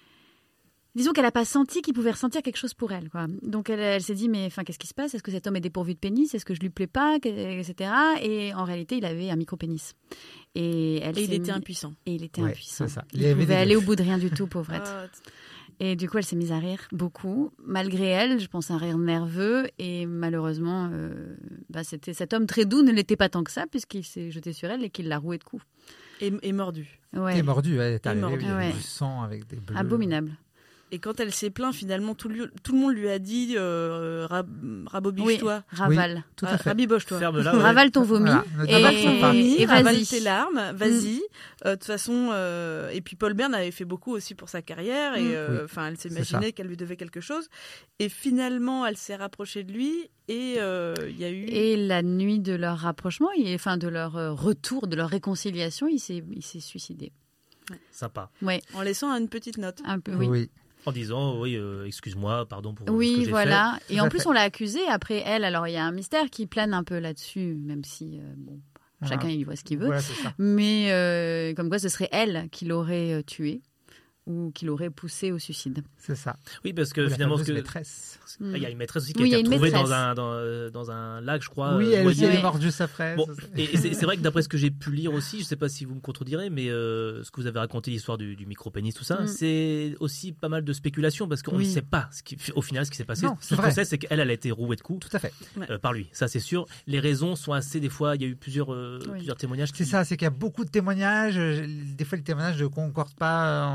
Disons qu'elle n'a pas senti qu'il pouvait ressentir quelque chose pour elle, quoi. Donc elle, elle s'est dit mais enfin qu'est-ce qui se passe ? Est-ce que cet homme est dépourvu de pénis ? Est-ce que je lui plais pas ? et cetera. Et en réalité, il avait un micro-pénis. Et, elle et il était mis... impuissant. Et il était ouais, impuissant. Ça. Il, il pouvait aller au bout de rien du tout, pauvrette. Et du coup, elle s'est mise à rire beaucoup, malgré elle. Je pense un rire nerveux. Et malheureusement, euh, bah, c'était cet homme très doux ne l'était pas tant que ça puisqu'il s'est jeté sur elle et qu'il l'a roué de coups. Et, et mordu. Ouais. Et mordu. Elle est arrivée, mordu. Il y avait ouais. du sang avec des bleus. Abominable. Et quand elle s'est plainte, finalement, tout, lui, tout le monde lui a dit euh, rab, rabobiche-toi. Oui, ravale. Oui, tout à fait. Rabiboche-toi. Ferme-la, ouais. Ravale ton vomi. Voilà. Et, ravale ton vomi, et, et ravale tes larmes, vas-y. De mm. euh, toute façon, euh, et puis Paul Bern avait fait beaucoup aussi pour sa carrière. Et euh, oui, elle s'imaginait qu'elle lui devait quelque chose. Et finalement, elle s'est rapprochée de lui. Et il euh, y a eu... Et la nuit de leur rapprochement, il, enfin de leur retour, de leur réconciliation, il s'est, il s'est suicidé. Ouais. Sympa. Ouais. En laissant une petite note. Un peu, oui. oui. En disant, oui, euh, excuse-moi, pardon pour oui, ce que j'ai voilà. fait. Et en plus, on l'a accusée après elle. Alors, il y a un mystère qui plane un peu là-dessus, même si, euh, bon, voilà. chacun y voit ce qu'il veut. Voilà, c'est ça. Mais euh, comme quoi, ce serait elle qui l'aurait euh, tué ou qui l'aurait poussé au suicide. C'est ça. Oui, parce que la finalement... Ce que... maîtresse. Il y a une maîtresse aussi qui oui, a été retrouvée dans un, dans, dans un lac, je crois. Oui, elle euh, aussi, elle est mordue sa fraise. Bon, et c'est, c'est vrai que d'après ce que j'ai pu lire aussi, je ne sais pas si vous me contredirez, mais euh, ce que vous avez raconté, l'histoire du, du micro-pénis, tout ça, mm. c'est aussi pas mal de spéculation parce qu'on oui. ne sait pas ce qui, au final ce qui s'est passé. Non, ce qu'on sait, c'est qu'elle, elle a été rouée de coups. Tout à fait. Euh, par lui, ça c'est sûr. Les raisons sont assez, des fois, il y a eu plusieurs, euh, oui. plusieurs témoignages. Qui... C'est ça, c'est qu'il y a beaucoup de témoignages. Des fois, les témoignages ne concordent pas ensemble.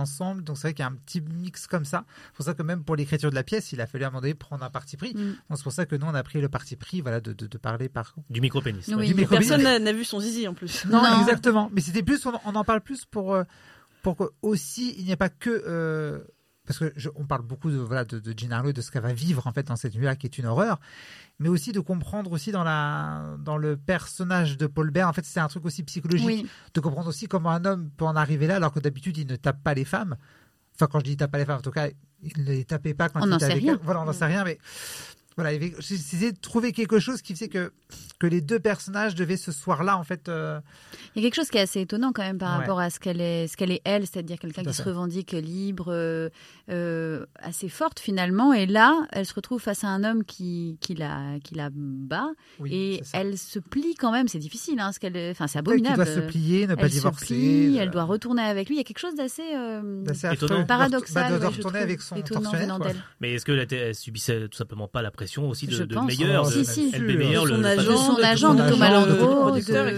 ensemble. Donc c'est vrai qu'il y a un petit mix comme ça. C'est pour ça que même pour l'écriture de la pièce, il a fallu à un moment donné prendre un parti pris. Mm. Donc c'est pour ça que nous on a pris le parti pris, voilà, de, de, de parler par du micro-pénis. Oui, du micro-pénis. Personne n'a, n'a vu son zizi en plus. Non, non. Exactement. Mais c'était plus, on, on en parle plus pour pour que aussi il n'y a pas que euh, parce que je, on parle beaucoup de voilà de, de Jean Harlow et de ce qu'elle va vivre en fait dans cette nuit-là qui est une horreur, mais aussi de comprendre aussi dans la dans le personnage de Paul Bern en fait c'est un truc aussi psychologique, oui. de comprendre aussi comment un homme peut en arriver là alors que d'habitude il ne tape pas les femmes. Enfin quand je dis il tape pas les femmes, en tout cas il ne les tapait pas quand on il était avec rien. elles. Voilà, on n'en sait rien, mais voilà, j'ai essayé de trouver quelque chose qui faisait que que les deux personnages devaient ce soir-là en fait. Euh... Il y a quelque chose qui est assez étonnant quand même par ouais. rapport à ce qu'elle est, ce qu'elle est elle, c'est-à-dire quelqu'un qui se revendique libre, euh, euh, assez forte finalement. Et là, elle se retrouve face à un homme qui qui la qui la bat oui, et elle se plie quand même. C'est difficile, hein, ce qu'elle, enfin c'est abominable. Elle doit se plier, ne pas elle divorcer. Se plie, elle doit retourner avec lui. Il y a quelque chose d'assez, euh, étonnant, paradoxal. Bah, de ouais, retourner avec son tortionnaire. Mais est-ce qu'elle elle subissait tout simplement pas la pression aussi de, de pense, Meyer, oh, de, si, si. L B Meyer, son le agent, son agent de Thomas Landau,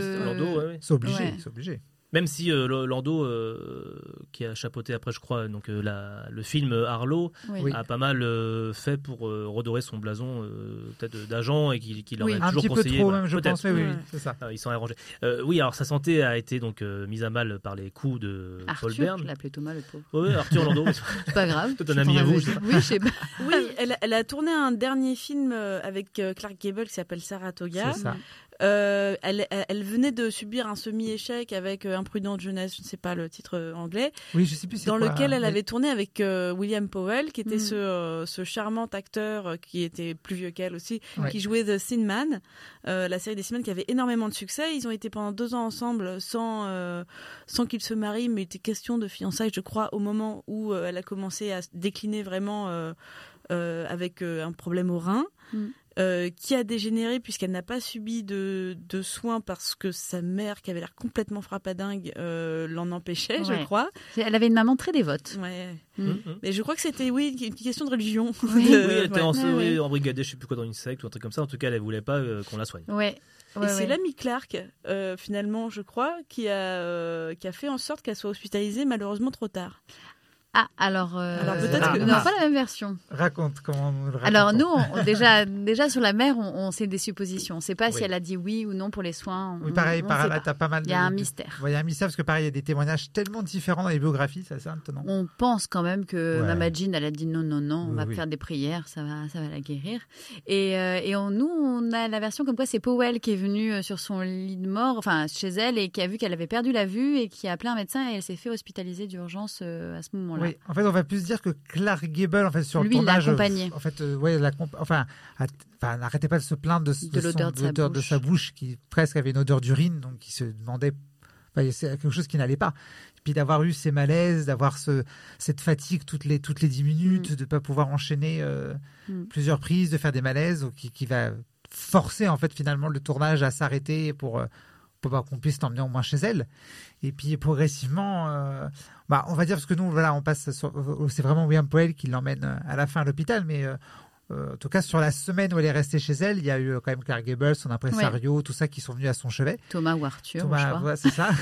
c'est obligé, ouais. c'est obligé. Même si euh, Landau, euh, qui a chapeauté après, je crois, donc euh, la, le film Harlow, oui. a pas mal euh, fait pour euh, redorer son blason, euh, peut-être d'agent, et qu'il qui leur oui, a toujours conseillé. Un petit peu trop, bah, même, je pense, mais oui, oui, c'est ça. Ah, ils sont arrangés. Euh, oui, alors sa santé a été donc euh, mise à mal par les coups de Arthur, Paul Bern. Je l'appelais Thomas, le pauvre. Oui, Arthur Landau. C'est pas grave. Toi, un ami à vous. Oui, je sais pas. Oui, elle, elle a tourné un dernier film avec Clark Gable qui s'appelle Saratoga. C'est ça. Euh, elle, elle, elle venait de subir un semi-échec avec euh, Imprudente jeunesse, je ne sais pas le titre euh, anglais. Oui, je sais plus c'est dans quoi, lequel elle mais... avait tourné avec euh, William Powell, qui était Mm. ce, euh, ce charmant acteur euh, qui était plus vieux qu'elle aussi, Ouais. qui jouait The Thin Man, euh, la série des Thin Man qui avait énormément de succès. Ils ont été pendant deux ans ensemble sans, euh, sans qu'ils se marient, mais il était question de fiançailles, je crois, au moment où euh, elle a commencé à décliner vraiment euh, euh, avec euh, un problème au rein. Mm. Euh, qui a dégénéré puisqu'elle n'a pas subi de, de soins parce que sa mère, qui avait l'air complètement frappadingue, euh, l'en empêchait, ouais. je crois. Elle avait une maman très dévote. Ouais. Mm. Mmh. Mais je crois que c'était, oui, une question de religion. Oui, de... oui elle était ouais. en, Ouais, oui, ouais. embrigadée, je ne sais plus quoi, dans une secte ou un truc comme ça. En tout cas, elle ne voulait pas euh, qu'on la soigne. Ouais. Et Ouais, c'est ouais. l'ami Clark, euh, finalement, je crois, qui a, euh, qui a fait en sorte qu'elle soit hospitalisée malheureusement trop tard. Ah, alors, euh, Alors, peut-être ah, que- non, pas la même version. Raconte comment on le raconte. Alors nous, on- déjà, déjà sur la mère, on, on sait des suppositions. On ne sait pas Oui. si elle a dit oui ou non pour les soins. On- Oui, pareil, on pareil sait là, pas. t'as pas mal de... Il y a un de- mystère. Ouais, il y a un mystère parce que pareil, il y a des témoignages tellement différents dans les biographies, c'est assez étonnant. On pense quand même que Ouais. Mama Jean, elle a dit non, non, non, on Oui, va oui. faire des prières, ça va, ça va la guérir. Et, euh, et on, nous, on a la version comme quoi c'est Powell qui est venu euh, sur son lit de mort, enfin chez elle, et qui a vu qu'elle avait perdu la vue et qui a appelé un médecin et elle s'est fait hospitaliser d'urgence euh, à ce moment-là. Oui, en fait, on va plus dire que Clark Gable, en fait, sur Lui, le il l'a tournage, accompagné. en fait, euh, ouais, la comp- enfin, a- enfin, n'arrêtait pas de se plaindre de, De son- l'odeur de sa l'odeur de bouche. sa bouche, qui presque avait une odeur d'urine, donc il se demandait, enfin, c'est quelque chose qui n'allait pas. Et puis d'avoir eu ces malaises, d'avoir ce, cette fatigue toutes les toutes les dix minutes, Mm. de pas pouvoir enchaîner euh, Mm. plusieurs prises, de faire des malaises, donc qui, qui va forcer en fait finalement le tournage à s'arrêter pour euh, pour pas qu'on puisse l'emmener au moins chez elle. Et puis progressivement, euh, bah, on va dire parce que nous, voilà, on passe sur, c'est vraiment William Powell qui l'emmène à la fin à l'hôpital, mais euh, euh, en tout cas sur la semaine où elle est restée chez elle, il y a eu quand même Clark Gable, son impresario, tout ça qui sont venus à son chevet. Thomas ou Arthur, Thomas, je crois. voilà, c'est ça.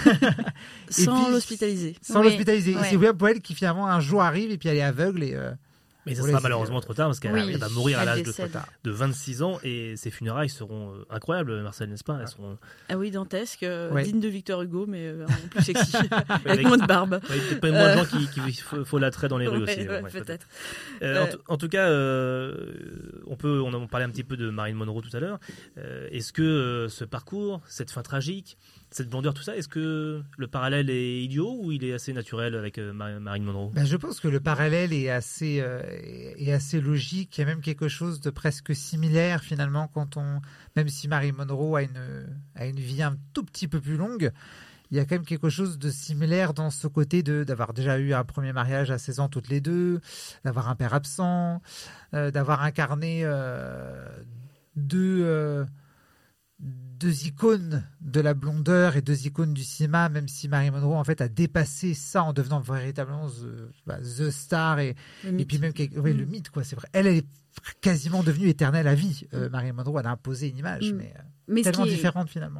Et Sans puis, l'hospitaliser. Sans Oui, l'hospitaliser. ouais. Et c'est William Powell qui finalement un jour arrive et puis elle est aveugle et. Euh, Mais ça Ouais, sera c'est- malheureusement trop tard parce qu'elle Oui, elle va mourir à elle l'âge de, décède. de vingt-six ans et ses funérailles seront euh, incroyables, Marcel, n'est-ce pas? Elles seront... Ah oui, dantesque, euh, Ouais. digne de Victor Hugo, mais euh, en plus sexy, avec, avec- moins de barbe. Ouais, peut-être pas moins de gens qui, qui faut, faut l'attrait dans les rues Ouais, aussi. ouais, ouais, peut-être. Euh, en, Euh, tout- en tout cas, euh, on peut, on en parlait un petit peu de Marilyn Monroe tout à l'heure. Euh, est-ce que euh, ce parcours, cette fin tragique, cette blondeur, tout ça, est-ce que le parallèle est idiot ou il est assez naturel avec euh, Mar- Marilyn Monroe? Ben, je pense que le parallèle est assez, euh, est assez logique. Il y a même quelque chose de presque similaire finalement quand on, même si Marilyn Monroe a une, a une vie un tout petit peu plus longue, il y a quand même quelque chose de similaire dans ce côté de d'avoir déjà eu un premier mariage à seize ans toutes les deux, d'avoir un père absent, euh, d'avoir incarné euh, deux, euh, deux icônes de la blondeur et deux icônes du cinéma, même si Marilyn Monroe en fait a dépassé ça en devenant véritablement the, bah, the star et, et puis même quelque- ouais, Mm. le mythe quoi. C'est vrai, elle, elle est quasiment devenue éternelle à vie. Euh, Marilyn Monroe elle a imposé une image, Mm. mais, euh, Mais ce tellement qui est- différente finalement.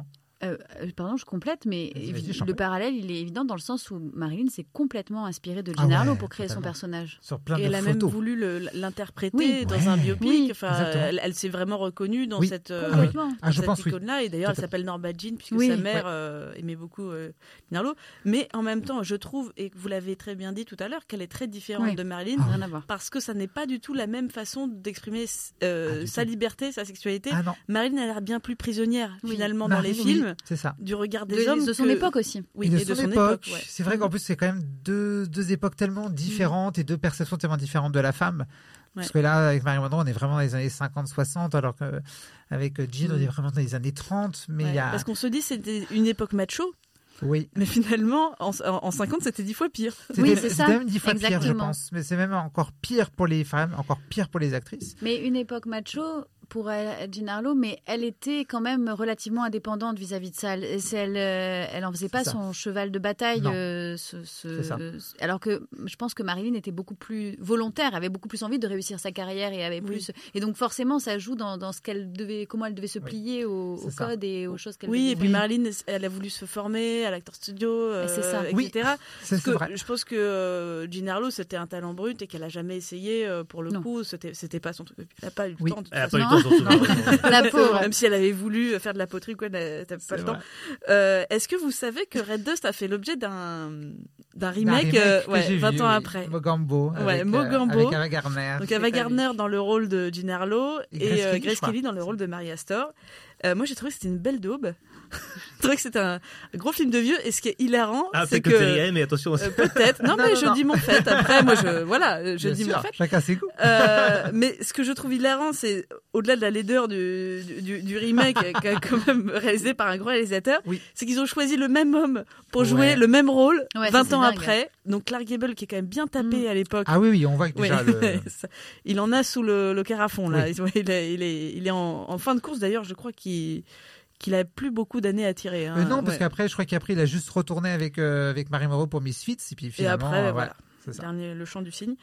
Euh, pardon, je complète, mais évi- le parallèle, il est évident dans le sens où Marilyn s'est complètement inspirée de Jean ah ouais, Harlow pour créer totalement. son personnage. Sur plein et de elle a photos. même voulu le, l'interpréter oui. dans ouais. un biopic. Oui, enfin, elle, elle s'est vraiment reconnue dans oui. cette, euh, complètement. Ah, je cette pense, icône-là. Oui. Et d'ailleurs, elle s'appelle Norma Jean, puisque oui. sa mère ouais. euh, aimait beaucoup euh, Jean Harlow. Mais en même temps, je trouve, et vous l'avez très bien dit tout à l'heure, qu'elle est très différente oui. de Marilyn. Ah, rien à voir. Parce que ça n'est pas du tout la même façon d'exprimer euh, ah, sa tout. liberté, sa sexualité. Ah, non. Marilyn a l'air bien plus prisonnière, oui. finalement, Marilyn, dans les films. Oui, c'est ça. Du regard des de, hommes. De son que... époque aussi. Oui, et de, et son, de son époque. époque ouais. C'est vrai qu'en plus, c'est quand même deux, deux époques tellement différentes mmh. et deux perceptions tellement différentes de la femme. Ouais. Parce que là, avec Marilyn Monroe, on est vraiment dans les années cinquante soixante, alors qu'avec Jean, mmh. on est vraiment dans les années trente. Mais ouais. y a... Parce qu'on se dit que c'était une époque macho. Oui. Mais finalement, en, en cinquante, c'était dix fois pire. C'était, oui, c'est ça. C'était même dix fois Exactement. pire, je pense. Mais c'est même encore pire pour les femmes, encore pire pour les actrices. Mais une époque macho pour Jean Harlow, mais elle était quand même relativement indépendante vis-à-vis de ça. Elle, elle, elle en faisait pas son cheval de bataille. Euh, ce, ce, c'est ça. Alors que je pense que Marilyn était beaucoup plus volontaire, avait beaucoup plus envie de réussir sa carrière et avait plus. Oui. Et donc forcément, ça joue dans, dans ce qu'elle devait, comment elle devait se plier oui. au, au code et aux choses qu'elle. Oui, devait et puis Marilyn, elle a voulu se former à l'acteur studio, euh, c'est ça. et cetera. Oui, c'est, c'est vrai. Je pense que euh, Jean Harlow, c'était un talent brut et qu'elle a jamais essayé. Euh, pour le non. coup, c'était, c'était pas son truc. Elle n'a pas eu le oui. temps. De elle n'a pas eu le temps surtout. La pauvre. Même si elle avait voulu faire de la poterie, quoi, elle n'avait pas le temps. Euh, est-ce que vous savez que Red Dust a fait l'objet d'un, d'un remake, remake euh, ouais, vingt vu, ans oui. après Mogambo. Ouais, avec, Mogambo. Euh, avec Ava Gardner. Donc Ava Gardner dans le rôle de Jean Harlow et, et Grace, euh, Kelly, Grace Kelly dans le rôle de Mary Astor. Euh, moi, j'ai trouvé que c'était une belle daube. Je trouvais que c'était un gros film de vieux. Et ce qui est hilarant, ah, c'est que, que Thierry, mais attention. Euh, peut-être. Non, non mais non, je non. dis mon fait. Après, moi, je voilà, je Bien dis sûr, mon fait. Chacun ses goûts. Euh, mais ce que je trouve hilarant, c'est au-delà de la laideur du, du, du remake, quand même réalisé par un gros réalisateur, oui. c'est qu'ils ont choisi le même homme pour jouer ouais. le même rôle ouais, vingt ça, ans dingue. après. Donc Clark Gable, qui est quand même bien tapé mm. à l'époque. Ah oui, oui, on voit que déjà ouais. le... il en a sous le, le carafon là. Oui. Il est, il est, il est en, en fin de course d'ailleurs. Je crois qu'il qu'il a plus beaucoup d'années à tirer. Hein. Euh, non, parce ouais. qu'après, je crois qu'après, il a juste retourné avec, euh, avec Marilyn Monroe pour Misfits. Et puis finalement, et après, euh, voilà. C'est ça. Dernier, le chant du cygne.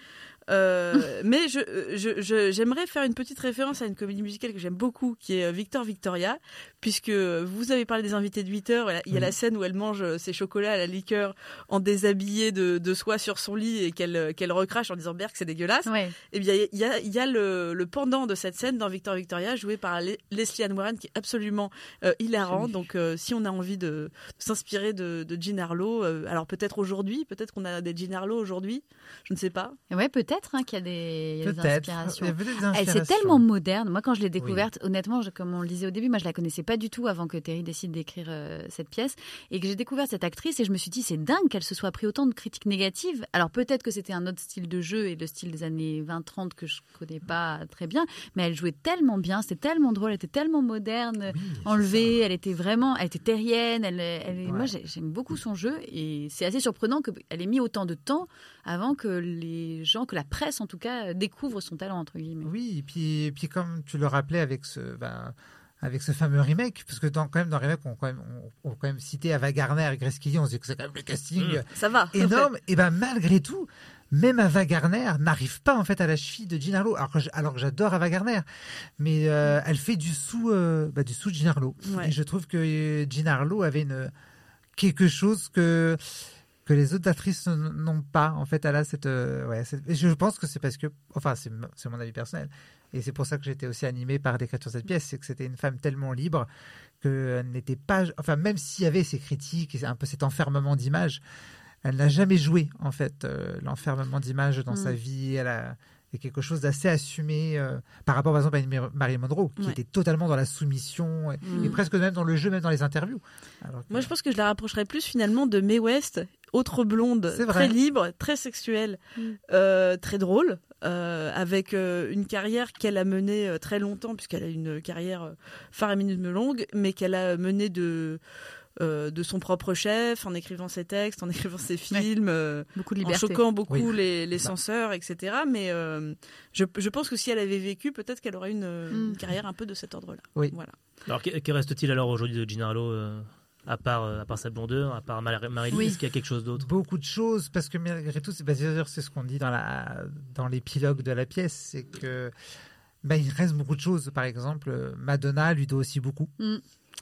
Euh, mais je, je, je, j'aimerais faire une petite référence à une comédie musicale que j'aime beaucoup, qui est Victor Victoria, puisque vous avez parlé des invités de huit heures. Il y a mmh. la scène où elle mange ses chocolats à la liqueur en déshabillé de, de soie sur son lit et qu'elle, qu'elle recrache en disant Berk, c'est dégueulasse. Ouais. Et bien, il y a, il y a le, le pendant de cette scène dans Victor Victoria, joué par Le- Leslie Ann Warren, qui est absolument euh, hilarant. Oui. Donc, euh, si on a envie de, de s'inspirer de, de Jean Harlow, euh, alors peut-être aujourd'hui, peut-être qu'on a des Jean Harlow aujourd'hui, je ne sais pas. Ouais, peut-être hein, qu'il y a des, il y a des inspirations. Il y a peut-être des inspirations. Elle, c'est tellement moderne. Moi, quand je l'ai découverte, oui. honnêtement, je, comme on le disait au début, moi, je la connaissais pas du tout avant que Terry décide d'écrire euh, cette pièce et que j'ai découvert cette actrice et je me suis dit, c'est dingue qu'elle se soit pris autant de critiques négatives. Alors peut-être que c'était un autre style de jeu et le style des années vingt trente que je connais pas très bien, mais elle jouait tellement bien, c'était tellement drôle, elle était tellement moderne, oui, enlevée, elle était vraiment, elle était terrienne. Elle, elle, ouais. Moi, j'aime beaucoup son jeu et c'est assez surprenant qu'elle ait mis autant de temps avant que les gens, que la presse en tout cas, découvre son talent entre guillemets. Oui, et puis, et puis comme tu le rappelais avec ce, ben, avec ce fameux remake, parce que dans, quand même dans le remake, on, quand même, on, on quand même cité Ava Gardner et Grace Kelly, on se dit que c'est quand même le casting mmh, ça va. énorme. Et ben malgré tout, même Ava Gardner n'arrive pas en fait à la cheville de Jean Harlow. Alors que, alors que j'adore Ava Gardner, mais euh, elle fait du sous, euh, bah, du sous de Jean Harlow. Ouais. Et je trouve que Jean Harlow avait une quelque chose que que les autres actrices n'ont pas. En fait, elle a cette, euh, ouais, cette... Et je pense que c'est parce que, enfin, c'est, c'est mon avis personnel, et c'est pour ça que j'étais aussi animé par l'écriture de cette pièce, c'est que c'était une femme tellement libre qu'elle n'était pas, enfin, même s'il y avait ces critiques et un peu cet enfermement d'image, elle n'a jamais joué en fait euh, l'enfermement d'image dans mmh. sa vie. Elle a il y a quelque chose d'assez assumé euh, par rapport, par exemple, à une Marilyn Monroe, qui ouais. était totalement dans la soumission, et, mmh. et presque même dans le jeu, même dans les interviews. Alors que... Moi, je pense que je la rapprocherais plus, finalement, de Mae West, autre blonde, très libre, très sexuelle, mmh. euh, très drôle, euh, avec euh, une carrière qu'elle a menée euh, très longtemps, puisqu'elle a une carrière euh, faramineuses longue, mais qu'elle a menée de... Euh, de son propre chef, en écrivant ses textes, en écrivant ses films, euh, beaucoup de en choquant beaucoup oui. les, les censeurs, et cetera. Mais euh, je, je pense que si elle avait vécu, peut-être qu'elle aurait une, mm. une carrière un peu de cet ordre-là. Oui. Voilà. Alors, que reste-t-il alors aujourd'hui de Jean Harlow euh, à part, euh, à part sa blondeur, à part Marilyn, oui. Est-ce qu'il y a quelque chose d'autre ? Beaucoup de choses, parce que malgré tout, c'est, bah, c'est ce qu'on dit dans, la, dans l'épilogue de la pièce, c'est que bah, il reste beaucoup de choses. Par exemple, Madonna lui doit aussi beaucoup. Mm.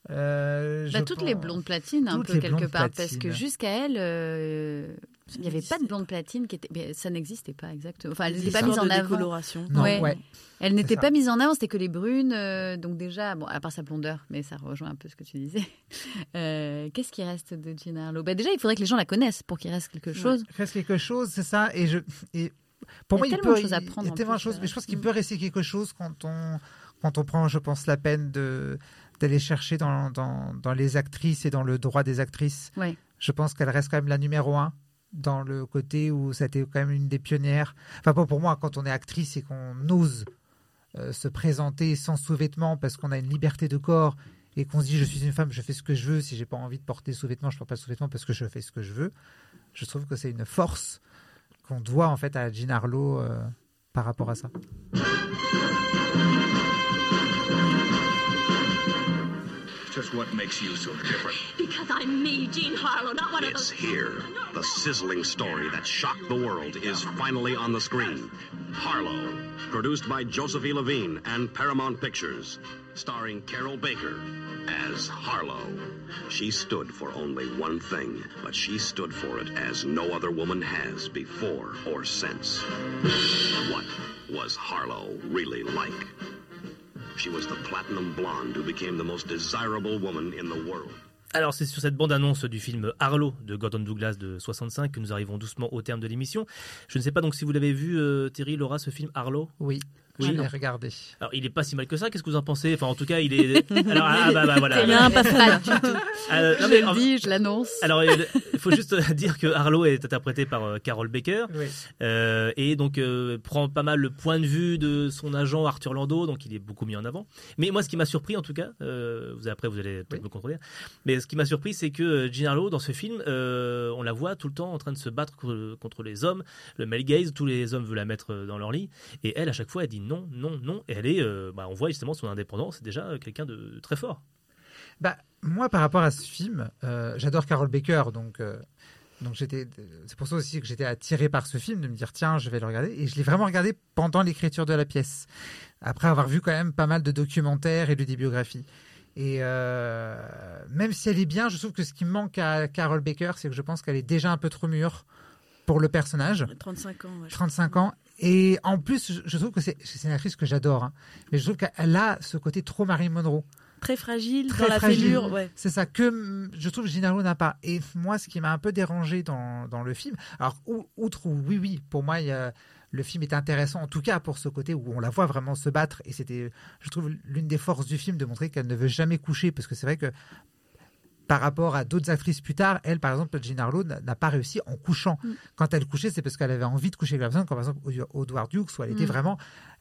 Euh, bah, toutes pense... les blondes platines, un peu quelque part, platines. Parce que jusqu'à elle, euh, il n'y avait pas de blonde platine qui était. Mais ça n'existait pas exactement. Enfin, elle n'était pas mise en avant. Décoloration. Non, ouais. ouais. Elle n'était pas mise en avant, c'était que les brunes. Euh, donc déjà, bon, à part sa blondeur, mais ça rejoint un peu ce que tu disais. Euh, qu'est-ce qui reste de Jean Harlow? Bah déjà, il faudrait que les gens la connaissent pour qu'il reste quelque chose. Ouais, il reste quelque chose, c'est ça. Et je. Et pour moi, il peut. Il y a tellement de choses, mais je pense qu'il peut rester quelque chose quand on quand on prend, je pense, la peine de d'aller chercher dans, dans, dans les actrices et dans le droit des actrices. Ouais. Je pense qu'elle reste quand même la numéro un dans le côté où ça a été quand même une des pionnières. Enfin, pour moi, quand on est actrice et qu'on ose euh, se présenter sans sous-vêtements parce qu'on a une liberté de corps et qu'on se dit je suis une femme, je fais ce que je veux, si j'ai pas envie de porter sous-vêtements, je porte pas de sous-vêtements parce que je fais ce que je veux. Je trouve que c'est une force qu'on doit en fait à Jean Harlow euh, par rapport à ça. Just what makes you so different? Because I'm me, Jean Harlow, not one of those... It's here. The sizzling story that shocked the world is finally on the screen. Harlow, produced by Joseph E. Levine and Paramount Pictures, starring Carol Baker as Harlow. She stood for only one thing, but she stood for it as no other woman has before or since. What was Harlow really like? She was the platinum blonde who became the most desirable woman in the world. Alors c'est sur cette bande-annonce du film Harlow de Gordon Douglas de soixante-cinq que nous arrivons doucement au terme de l'émission. Je ne sais pas donc si vous l'avez vu, euh, Thierry, Laura, ce film Harlow. Oui. Oui, je l'ai regardé. Alors, il est pas si mal que ça. Qu'est-ce que vous en pensez? Enfin, en tout cas, il est. Alors, ah bah, bah voilà. Il y a un pas mal du tout. Euh, non, je mais, le dis, je l'annonce. Alors, il faut juste dire que Harlow est interprété par euh, Carol Baker, oui. euh, et donc euh, prend pas mal le point de vue de son agent Arthur Landau, donc il est beaucoup mis en avant. Mais moi, ce qui m'a surpris, en tout cas, euh, vous après vous allez peut-être oui. me contredire, mais ce qui m'a surpris, c'est que Jean Harlow dans ce film, euh, on la voit tout le temps en train de se battre contre, contre les hommes, le male gaze, tous les hommes veulent la mettre dans leur lit, et elle, à chaque fois, elle dit non, non, non. Et elle est, euh, bah, on voit justement son indépendance, c'est déjà quelqu'un de très fort. Bah, moi, par rapport à ce film, euh, j'adore Carol Baker, donc, euh, donc j'étais, c'est pour ça aussi que j'étais attiré par ce film, de me dire tiens, je vais le regarder. Et je l'ai vraiment regardé pendant l'écriture de la pièce, après avoir vu quand même pas mal de documentaires et de des biographies. Et euh, même si elle est bien, je trouve que ce qui manque à Carol Baker, c'est que je pense qu'elle est déjà un peu trop mûre pour le personnage. trente-cinq ans. Ouais, trente-cinq ans. Et en plus, je trouve que c'est, c'est une actrice que j'adore, hein, mais je trouve qu'elle a ce côté trop Marilyn Monroe. Très fragile, très dans la fragile. fêlure. Ouais. C'est ça que je trouve que Jean Harlow n'a pas. Et moi, ce qui m'a un peu dérangé dans, dans le film, alors outre, oui, oui, pour moi, il y a, le film est intéressant, en tout cas pour ce côté où on la voit vraiment se battre. Et c'était, je trouve, l'une des forces du film de montrer qu'elle ne veut jamais coucher, parce que c'est vrai que par rapport à d'autres actrices plus tard, elle, par exemple, Jean Harlow n'a pas réussi en couchant. Mm. Quand elle couchait, c'est parce qu'elle avait envie de coucher avec la personne, comme par exemple Edward Hughes, où elle était mm. vraiment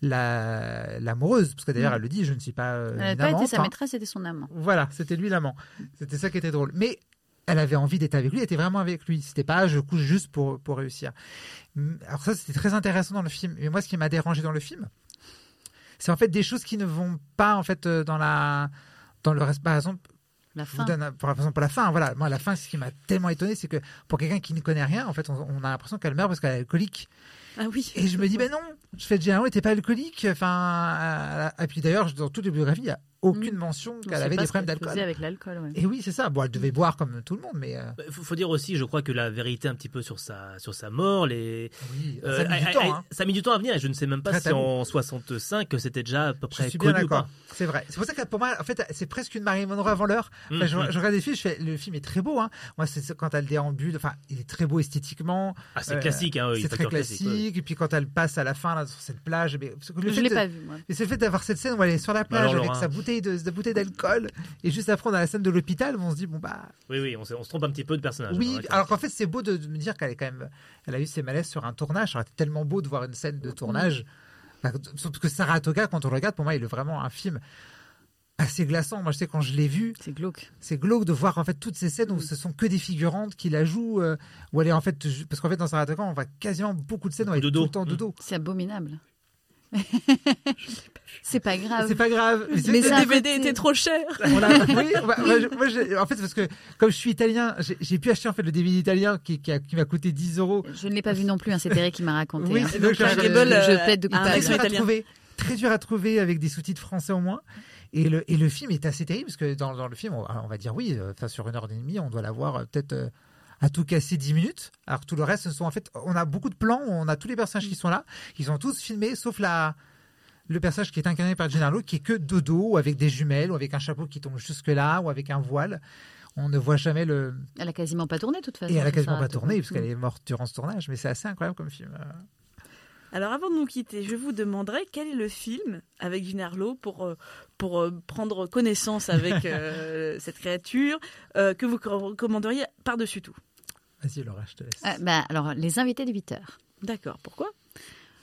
la, l'amoureuse. Parce que d'ailleurs, mm. elle le dit, je ne suis pas euh, Elle n'avait pas été sa maîtresse, c'était son amant. Voilà, c'était lui l'amant. C'était ça qui était drôle. Mais elle avait envie d'être avec lui, elle était vraiment avec lui. C'était pas je couche juste pour, pour réussir. Alors ça, c'était très intéressant dans le film. Mais moi, ce qui m'a dérangé dans le film, c'est en fait des choses qui ne vont pas en fait dans la dans le reste. Par exemple, La fin. Donne, par exemple, la fin, voilà. Moi, la fin, ce qui m'a tellement étonné, c'est que pour quelqu'un qui ne connaît rien, en fait, on, on a l'impression qu'elle meurt parce qu'elle est alcoolique. Ah oui. Et je me dis, ben non, je fais Jean Harlow, elle n'était pas alcoolique. Enfin, et puis d'ailleurs, dans toutes les biographies, il n'y a aucune mention mmh. qu'elle avait des problèmes d'alcool. Avec l'alcool, ouais. Et oui, c'est ça. Bon, elle devait boire comme tout le monde, mais. Euh... Faut, faut dire aussi, je crois que la vérité un petit peu sur sa sur sa mort, les. Oui, euh, ça a mis du temps. Hein. Ça a mis du temps à venir. Et je ne sais même pas Très si tabou. En soixante-cinq c'était déjà à peu près je suis connu. Bien d'accord. Pas. C'est vrai. C'est pour ça que pour moi, en fait, c'est presque une Marilyn Monroe avant l'heure. Enfin, mmh. je, je regarde des films, je fais, le film est très beau. Hein. Moi, c'est quand elle déambule. Enfin, il est très beau esthétiquement. Ah, c'est euh, classique. Hein, oui, c'est très classique. classique ouais. Et puis quand elle passe à la fin là sur cette plage, mais le je l'ai de, pas vu. Moi. Mais c'est le fait d'avoir cette scène où elle est sur la plage Alors, avec Laura. sa bouteille de, de bouteille d'alcool. Et juste après, on a la scène de l'hôpital où on se dit, bon, bah. Oui, oui, on se, on se trompe un petit peu de personnage. Oui, alors qu'en fait, c'est beau de, de me dire qu'elle est quand même. Elle a eu ses malaises sur un tournage. Ça aurait été tellement beau de voir une scène de tournage. Mmh. Parce que Saratoga, quand on le regarde, pour moi, il est vraiment un film assez glaçant. Moi, je sais, quand je l'ai vu. C'est glauque. C'est glauque de voir, en fait, toutes ces scènes où ce sont que des figurantes qui la jouent. Euh, où elle est, en fait. Parce qu'en fait, dans Saratoga, on voit quasiment beaucoup de scènes où elle est tout le temps de dos. C'est abominable. C'est pas grave. C'est pas grave. Mais, mais le D V D était trop cher. Voilà. Oui, bah, moi, je, moi je, en fait, parce que comme je suis italien, j'ai, j'ai pu acheter en fait le D V D italien qui, qui, a, qui m'a coûté dix euros. Je ne l'ai pas vu non plus. Hein, c'est Eric qui m'a raconté. Oui, hein. c'est donc, donc je, je, je, je plaide de coupable. Très dur à trouver, très dur à trouver avec des sous-titres français au moins. Et le, et le film est assez terrible, parce que dans, dans le film, on, on va dire oui, enfin, sur une heure et demie, on doit l'avoir euh, peut-être euh, à tout casser dix minutes. Alors tout le reste, ce sont en fait, on a beaucoup de plans, on a tous les personnages qui sont là, ils sont tous filmés, sauf la, le personnage qui est incarné par Jean Harlow, qui est que de dos, ou avec des jumelles, ou avec un chapeau qui tombe jusque-là, ou avec un voile. On ne voit jamais le... Elle a quasiment pas tourné, de toute façon. Et elle a quasiment Sarah pas tourné, Tour. parce qu'elle est morte durant ce tournage, mais c'est assez incroyable comme film. Alors avant de nous quitter, je vous demanderai quel est le film avec Jean Harlow pour, euh, pour euh, prendre connaissance avec euh, cette créature euh, que vous recommanderiez par-dessus tout. Vas-y Laura, je te laisse. Ah, bah, alors, Les Invités de huit heures. D'accord, pourquoi ? Pourquoi ?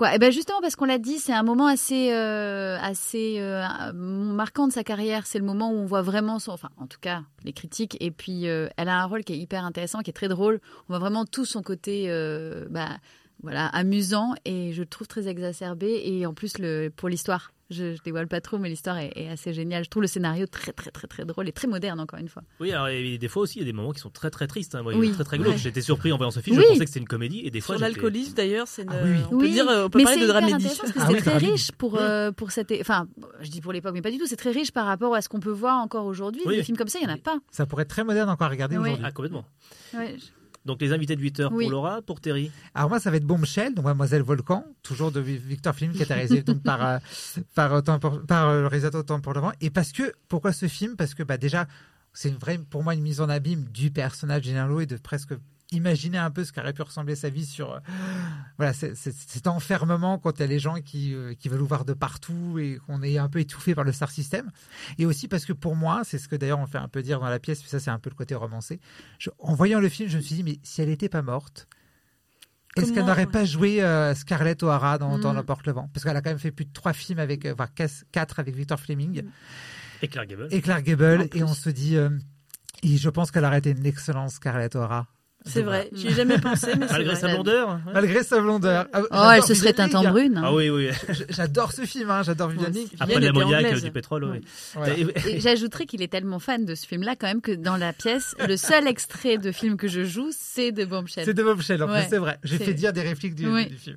Eh ben justement parce qu'on l'a dit, c'est un moment assez, euh, assez euh, marquant de sa carrière. C'est le moment où on voit vraiment son, enfin en tout cas les critiques. Et puis euh, elle a un rôle qui est hyper intéressant, qui est très drôle. On voit vraiment tout son côté, euh, bah, voilà, amusant et je le trouve très exacerbé. Et en plus le, pour l'histoire, je, je dévoile pas trop, mais l'histoire est, est assez géniale. Je trouve le scénario très très très très drôle et très moderne encore une fois. Oui, alors et des fois aussi il y a des moments qui sont très très tristes, hein. Moi, Oui. très très glauques. Ouais. J'étais surpris en voyant ce film, Oui. je pensais que c'était une comédie et des fois Sur j'étais... l'alcoolisme d'ailleurs, c'est une... Ah oui. on peut Oui, dire, on peut mais parler c'est de hyper dramédie. intéressant parce que Ah c'est oui, très dramédie. riche pour euh, pour cette, enfin je dis pour l'époque mais pas du tout, c'est très riche par rapport à ce qu'on peut voir encore aujourd'hui. Oui. Des films comme ça, il y en a pas. Ça pourrait être très moderne encore à regarder Oui. aujourd'hui. Ah, complètement. Ouais. Donc les invités de huit heures Oui. pour Laura, pour Terry. Alors moi, ça va être Bombshell, donc Mademoiselle Volcan, toujours de Victor Fleming, qui a été réalisé donc par euh, par euh, Temps pour- par euh, le réalisateur Temps pour le vent. Et parce que pourquoi ce film ? Parce que bah déjà, c'est une vraie, pour moi, une mise en abîme du personnage de Jean Harlow et de presque imaginer un peu ce qu'aurait pu ressembler sa vie sur euh, voilà c'est- c'est- cet enfermement quand il y a les gens qui euh, qui veulent nous voir de partout et qu'on est un peu étouffé par le star system. Et aussi parce que pour moi, c'est ce que d'ailleurs on fait un peu dire dans la pièce, puis ça c'est un peu le côté romancé. Je- en voyant le film, je me suis dit mais si elle n'était pas morte, est-ce Comment- qu'elle n'aurait pas joué euh, Scarlett O'Hara dans, dans Mm. N'importe le vent ? Parce qu'elle a quand même fait plus de trois films avec, euh, voire quas- quatre avec Victor Fleming Et Clark Gable. et Clark Gable, En et plus. on se dit, euh, et je pense qu'elle aurait été une excellente Scarlett O'Hara. C'est vrai, j'y ai jamais pensé, mais c'est Malgré vrai. sa blondeur. ouais. Malgré sa blondeur. Ah, Oh, j'adore elle se serait Vivian teinte en Leigh. brune. hein. Ah oui, oui. J- J'adore ce film, hein, j'adore Vivian Leigh. Après Vivian était l'ammoniac, anglaise. du pétrole, oui. Voilà. Et- Et j'ajouterais qu'il est tellement fan de ce film-là quand même que dans la pièce, le seul extrait de film que je joue, c'est de Bombshell. C'est de Bombshell, en Ouais. plus, c'est vrai. J'ai C'est- fait dire des répliques du, Oui. du film.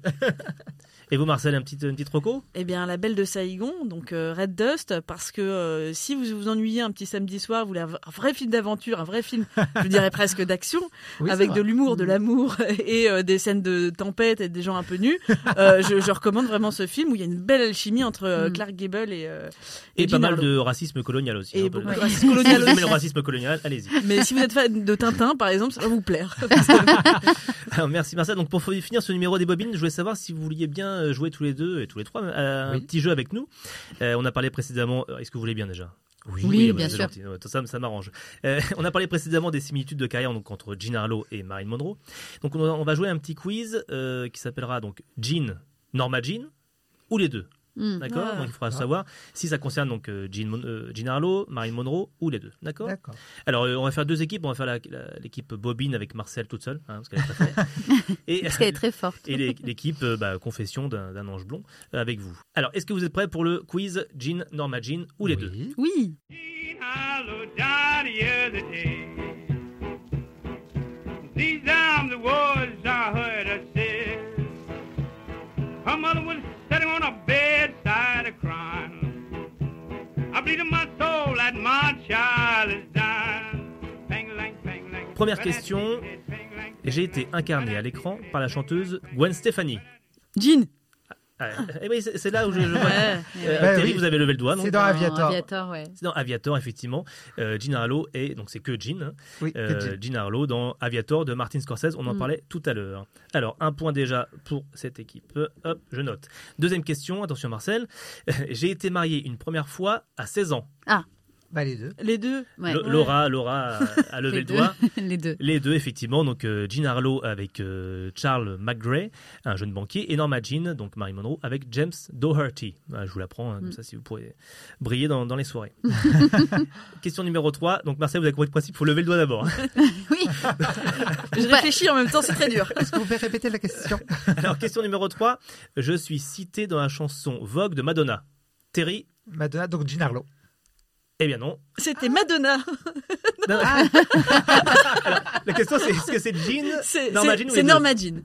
Et vous, Marcel, un petit, une petite roco ? Eh bien, La Belle de Saïgon, donc euh, Red Dust, parce que euh, si vous vous ennuyez un petit samedi soir, vous voulez un v- un vrai film d'aventure, un vrai film, je dirais presque d'action, Oui, c'est avec vrai. de l'humour, de l'amour et euh, des scènes de tempête et des gens un peu nus, euh, je, je recommande vraiment ce film où il y a une belle alchimie entre euh, Mm. Clark Gable et, euh, Et Jean pas mal Harlow. de racisme colonial aussi. Et hein, beaucoup peu- de racisme Si colonial vous aimez aussi. le racisme colonial, allez-y. Mais si vous êtes fan de Tintin, par exemple, ça va vous plaire. Alors, merci Marcel. Donc pour finir ce numéro des bobines, je voulais savoir si vous vouliez bien jouer tous les deux et tous les trois à un Oui. petit jeu avec nous. Euh, on a parlé précédemment. Est-ce que vous voulez bien déjà ? Oui, bien c'est sûr. gentil. Ouais, ça, ça m'arrange. Euh, on a parlé précédemment des similitudes de carrière donc entre Jean Harlow et Marilyn Monroe. Donc on, on va jouer un petit quiz euh, qui s'appellera donc Jean, Norma Jean ou les deux. Mm. D'accord. Ah. Donc il faudra savoir si ça concerne donc euh, Jean, Mon- euh, Jean Harlow, Marilyn Monroe ou les deux. D'accord. D'accord. Alors euh, on va faire deux équipes. On va faire la- la- l'équipe bobine avec Marcel toute seule, hein, parce qu'elle est très forte. Et Parce qu'elle est très forte. et l'é- l'équipe euh, bah, confession d'un, d'un ange blond euh, avec vous. Alors, est-ce que vous êtes prêts pour le quiz Jean, Norma Jean ou les deux ? Oui. Oui. Harlow died the other day. These down the woods I heard her say. Her mother was sitting on a bedside a crying. I bleed in my soul that my child is dying. Pang-a-lang, pang-a-lang. Première question. J'ai été incarné à l'écran par la chanteuse Gwen Stefani. Jean. Ah, eh oui, c'est, c'est là où je, je vois. Ouais. Euh, Ouais, Terry, oui. vous avez levé le doigt. donc. C'est dans Aviator. Aviator, ouais. C'est dans Aviator, effectivement. Euh, Jean Harlow et donc c'est que Jean. hein. Oui, que Euh, Jean. Jean Harlow dans Aviator de Martin Scorsese. On en Mm. parlait tout à l'heure. Alors, un point déjà pour cette équipe. Hop, je note. Deuxième question. Attention, Marcel. J'ai été marié une première fois à seize ans. Ah, Bah, les deux. Les deux. ouais. Lo- Laura, Laura a, a levé Les le deux. doigt. Les deux. Les deux, effectivement. Donc, euh, Jean Harlow avec euh, Charles McGray, un jeune banquier, et Norma Jean, donc Marilyn Monroe, avec James Doherty. Ah, je vous l'apprends, hein, comme Mm. ça, si vous pourrez briller dans, dans les soirées. Question numéro trois. Donc, Marcel, vous avez compris le principe, il faut lever le doigt d'abord. hein. Oui. Je réfléchis en même temps, c'est très dur. Est-ce que vous pouvez répéter la question ? Alors, question numéro trois. Je suis cité dans la chanson Vogue de Madonna. Terry ? Madonna, donc Jean Harlow. Eh bien non. C'était Madonna. Non. Alors, la question, c'est est-ce que c'est Jean, C'est Norma c'est- Jean ou c'est les deux Norma Jean.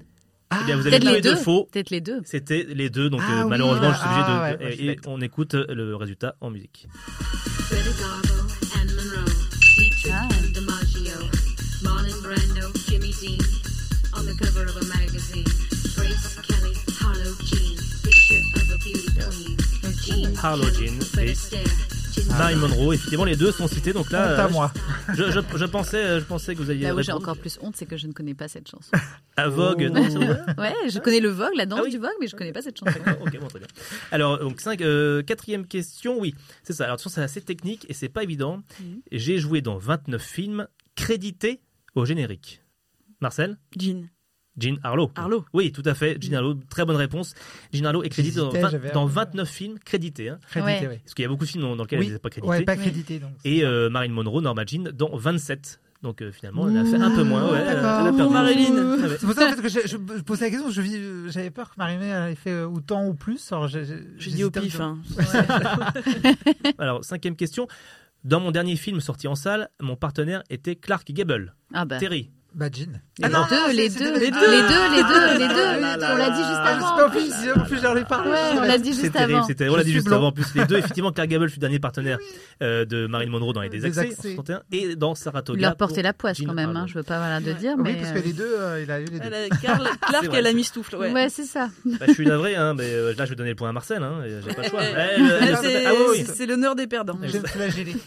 Eh bien, vous avez Peut-être tous les deux deux. faux. Peut-être les deux. C'était les deux, donc Ah euh, oui, malheureusement, ah, je suis obligé de. ah, ouais, et- moi, je suis et bête. on écoute le résultat en musique. Greta Garbo, Anne Monroe, Dietrich Ah. and DiMaggio, Marlon Brando, Jimmy Dean, on the cover of a magazine. Grace Kelly, Harlow Jean, picture of a beauty queen. Jean, Harlow Jean et Marilyn Monroe. Effectivement, les deux sont cités. Donc là, Honte à euh, moi. Je, je, je pensais, je pensais que vous alliez. Là où j'ai répondre. encore plus honte, c'est que je ne connais pas cette chanson. À Vogue, non, c'est vrai. Ouais, je connais le Vogue, la danse Ah oui. du Vogue, mais je connais pas cette chanson. Ok, bon, très bien. Alors, donc, cinq, euh, quatrième question, oui, c'est ça. Alors, attention, c'est assez technique et c'est pas évident. Mhm. J'ai joué dans vingt-neuf films crédités au générique. Marcel Jean. Jean Harlow. Harlow. Oui, tout à fait. Jean Harlow, très bonne réponse. Jean Harlow est crédité dans, J'hésitais, vingt- j'avais dans un- vingt-neuf films crédités. Hein. Crédité, Ouais. oui. Parce qu'il y a beaucoup de films dans, dans lesquels Oui. elle n'est pas créditée. Ouais, pas Oui. crédité, donc. Et euh, Marilyn Monroe, Norma Jean, dans vingt-sept. Donc euh, finalement, elle a fait un peu moins. Ouais, elle a D'accord. perdu. Marilyn. Ah ouais. C'est pour ça en fait, que je, je, je posais la question, je vis- euh, j'avais peur que Marilyn avait fait euh, autant ou plus. Alors j'ai, j'ai, J'ai dit au j'hésitais pif. un peu. Hein. Alors, cinquième question. Dans mon dernier film sorti en salle, mon partenaire était Clark Gable. Ah bah. Terry. Bah, Jean. Les Ah non, deux, non, les c'est- deux, c'était les les deux, deux. les deux, les deux, les Ah deux. là là On l'a là dit juste là. avant. Je sais pas, en plus, en plus, j'en ai parlé. Ouais, on l'a dit C'est juste terrible. avant. C'était, on l'a Je dit suis juste blanc. avant. En plus, les deux, effectivement, Clark Gable fut le dernier partenaire euh, de Marilyn Monroe dans Les Des Désaxés, en Accès. soixante et un, et dans Saratoga. Il leur portait pour la poisse Jean quand même, hein, Harlow. je veux pas avoir l'air de dire, Oui, mais. parce que les deux, euh, il a eu les deux. Elle a- Carl- Clark, C'est vrai. elle a mis stoufle. Ouais. Ouais, c'est ça. Bah, je suis navré, hein, mais euh, là, je vais donner le point à Marcel. Hein, et j'ai pas le choix. Eh, Eh, eh, le- eh, le- c'est- ah oui, oui. C'est l'honneur des perdants. Je vais me flageller.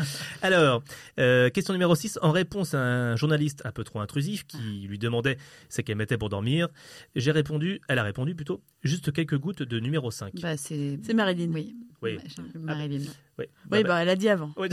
Alors, euh, question numéro six. En réponse à un journaliste un peu trop intrusif qui lui demandait ce qu'elle mettait pour dormir, j'ai répondu, elle a répondu plutôt, juste quelques gouttes de numéro cinq. Bah, c'est. C'est Marilyn. Oui. Oui. Marilyn. Oui, Oui, bah, elle a dit avant. Oui.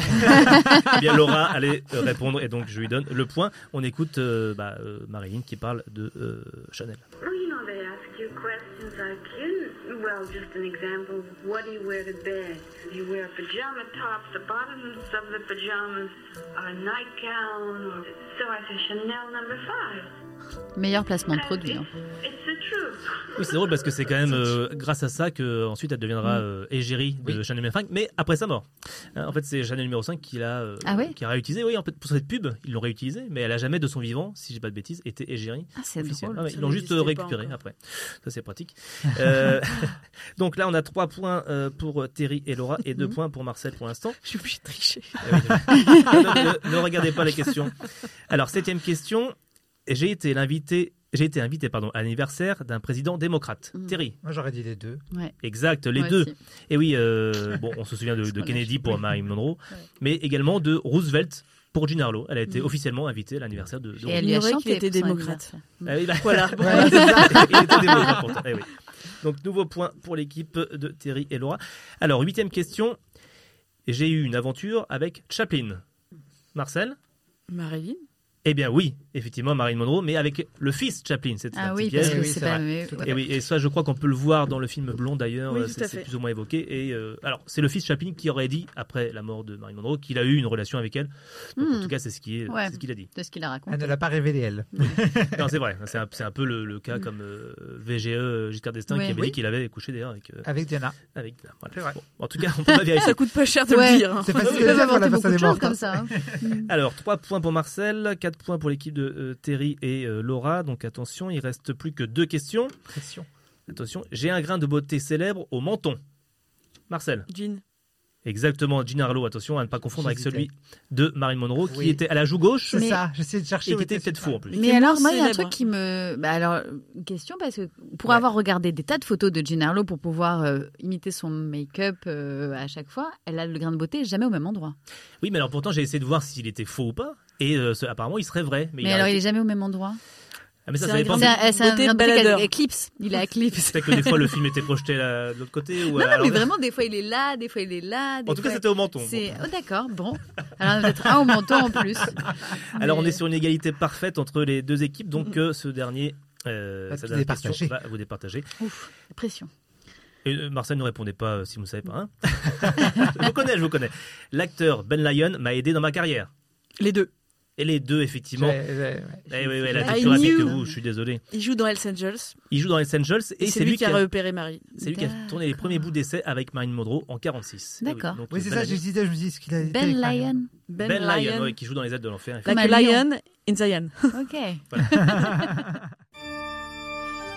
Eh bien, Laura allait euh, répondre et donc je lui donne le point. On écoute euh, bah, euh, Marilyn qui parle de euh, Chanel. Oh, you know, they ask you questions like, you, well, just an example, what do you wear to bed? Do you wear a pajama top, the bottoms of the pajamas, a nightgown? Or... So I say Chanel number five. Meilleur placement de produit. Hein. It's the truth. Oui, c'est drôle parce que c'est quand même euh, grâce à ça que ensuite elle deviendra euh, égérie de Chanel numéro cinq, mais après sa mort. Hein, en fait, c'est Chanel numéro cinq qui l'a euh, Ah ouais qui a réutilisé. Oui, en fait, pour cette pub, ils l'ont réutilisé, mais elle a jamais de son vivant, si j'ai pas de bêtises, été égérie. Ah, c'est officielle. drôle. Ah ouais, Ça ils l'ont juste n'existait pas récupéré encore. après. Ça, c'est pratique. Euh, donc là, on a trois points euh, pour Terry et Laura et deux Mhm. points pour Marcel pour l'instant. Je suis obligée de tricher. Eh oui, ne, ne- ne regardez pas les questions. Alors, septième question. J'ai été l'invité, j'ai été invité pardon, à l'anniversaire d'un président démocrate. Mm. Terry. Moi, j'aurais dit les deux. Ouais. Exact, les Moi deux. aussi. Et oui, euh, bon, on se souvient de, de qu'on a Kennedy fait. pour Marilyn Monroe, Ouais. mais également de Roosevelt pour Jean Harlow. Elle a été Mm. officiellement invitée à l'anniversaire de, de Et elle lui a Ignorait chanté qu'il était pour son démocrate. anniversaire. Ah oui, bah, Voilà. voilà, c'est ça. Il était démocrate pourtant. Eh oui. Donc, nouveau point pour l'équipe de Terry et Laura. Alors, huitième question. J'ai eu une aventure avec Chaplin. Marcel? Marilyn. Eh bien oui, effectivement, Marilyn Monroe, mais avec le fils Chaplin. C'était Ah un oui, petit parce piège. que oui, c'est c'est pas. vrai. mais- Tout à Et oui, et ça, je crois qu'on peut le voir dans le film Blond d'ailleurs. Oui, euh, tout c'est à c'est fait. plus ou moins évoqué. Et euh, alors, c'est le fils Chaplin qui aurait dit après la mort de Marilyn Monroe qu'il a eu une relation avec elle. Donc, En Hmm. tout cas, c'est ce qui est, Ouais. c'est ce qu'il a dit. De ce qu'il a raconté. Elle ne l'a pas révélé, elle. Non, c'est vrai. C'est un, c'est un peu le, le cas comme euh, V G E Giscard d'Estaing Ouais. qui avait Oui. dit qu'il avait couché d'ailleurs avec euh, Avec Diana. avec. Voilà. C'est vrai. Bon, en tout cas, on peut pas vérifier. Ça coûte pas cher de Ouais. le dire. hein. C'est Ils facile peuvent à dire quand inventer la beaucoup personne de est choses morte. comme ça. hein. Alors, trois points pour Marcel, quatre points pour l'équipe de euh, Terry et euh, Laura. Donc attention, il reste plus que deux questions. Pression. Attention, j'ai un grain de beauté célèbre au menton. Marcel. Jean. Exactement, Jean Harlow, attention à ne pas confondre avec J'hésitais. celui de Marilyn Monroe qui Oui. était à la joue gauche C'est Mais- ça, j'essaie de chercher. et où qui était était peut-être ce- fou en plus. Mais est alors, moins moi, il y a un célèbre. truc qui me. Bah alors, une question, parce que pour Ouais. avoir regardé des tas de photos de Jean Harlow pour pouvoir euh, imiter son make-up euh, à chaque fois, elle a le grain de beauté jamais au même endroit. Oui, mais alors pourtant j'ai essayé de voir s'il était faux ou pas et euh, ce- apparemment il serait vrai. Mais, Mais, il a alors, il arrêté. est jamais au même endroit. Ah, mais ça, C'est ça un dépend. grain C'est de- un, c'est un beauté grain de beauté baladeur. qui a- éclipse. Il a éclipse. Peut-être que des fois le film était projeté là, de l'autre côté. Ou Non, à non, mais l'envers. vraiment, des fois il est là, des fois il est là. des En tout cas, fois- c'était au menton. C'est... Oh, d'accord, bon. Alors, peut-être un au menton en plus. Alors on Mais- est sur une égalité parfaite entre les deux équipes, donc euh, ce dernier, euh, Va cette te dernière question départager. va vous départager. Ouf, pression. Et euh, Marcel ne répondait pas euh, si vous ne savez pas. Hein je vous connais, je vous connais. L'acteur Ben Lyon m'a aidé dans ma carrière. Les deux. Et les deux, effectivement. J'ai- j'ai- ouais. Eh oui, oui, elle a I été plus rapide knew. que vous, je suis désolé. Il joue dans Hells Angels. Il joue dans Los Angeles et, Et c'est lui qui a repéré Marie. c'est lui qui a tourné les premiers bouts d'essai avec Marilyn Monroe en quarante-six. Eh oui, D'accord. donc, Oui, c'est Ben ça, Lyon. j'hésitais, je me dis ce qu'il a été Ben avec Marilyn. Lyon. Ben, Ben Lyon, Lyon. ouais, qui joue dans Les Ailes de l'Enfer. Like Comme a un lion. lion in Zion. Ok.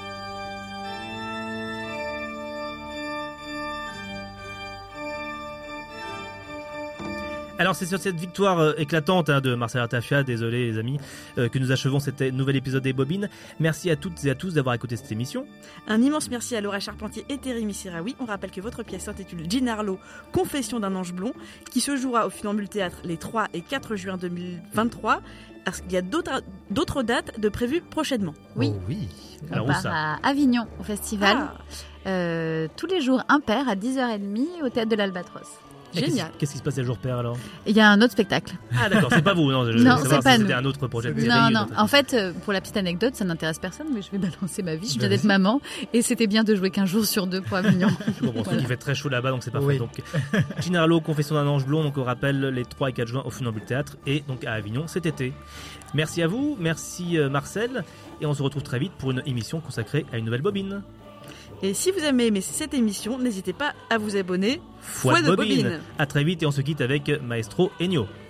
Alors c'est sur cette victoire euh, éclatante hein, de Marcel Artafia, désolé les amis, euh, que nous achevons cet nouvel épisode des Bobines. Merci à toutes et à tous d'avoir écouté cette émission. Un immense merci à Laura Charpentier et Terry Missiraoui. On rappelle que votre pièce s'intitule Jean Harlow, Confession d'un ange blond, qui se jouera au Funambule Théâtre les trois et quatre juin deux mille vingt-trois. Parce qu'il y a d'autres, d'autres dates de prévues prochainement. Oui. Oh oui. On Alors, où part ça à Avignon au festival. Ah. Euh, tous les jours impair à dix heures trente au théâtre de l'Albatros. Et qu'est-ce- Génial. Qu'est-ce qui se passe les jours pairs alors? Il y a un autre spectacle. Ah d'accord, c'est pas vous, non, je, je Non, voulais c'est savoir pas si nous. c'était un autre projet de Non, série. non. donc- En fait, euh, pour la petite anecdote, ça n'intéresse personne, mais je vais balancer ma vie. Je viens Vas-y. d'être maman et c'était bien de jouer quinze jours sur deux pour Avignon. Je comprends, Voilà. il fait très chaud là-bas, donc c'est parfait. Oui. Donc, Jean Harlow, Confession d'un ange blond, donc on rappelle les trois et quatre juin au Funambule Théâtre et donc à Avignon cet été. Merci à vous, merci euh, Marcel, et on se retrouve très vite pour une émission consacrée à une nouvelle bobine. Et si vous avez aimé cette émission, n'hésitez pas à vous abonner. Foi de bobine. À très vite et on se quitte avec Maestro Ennio.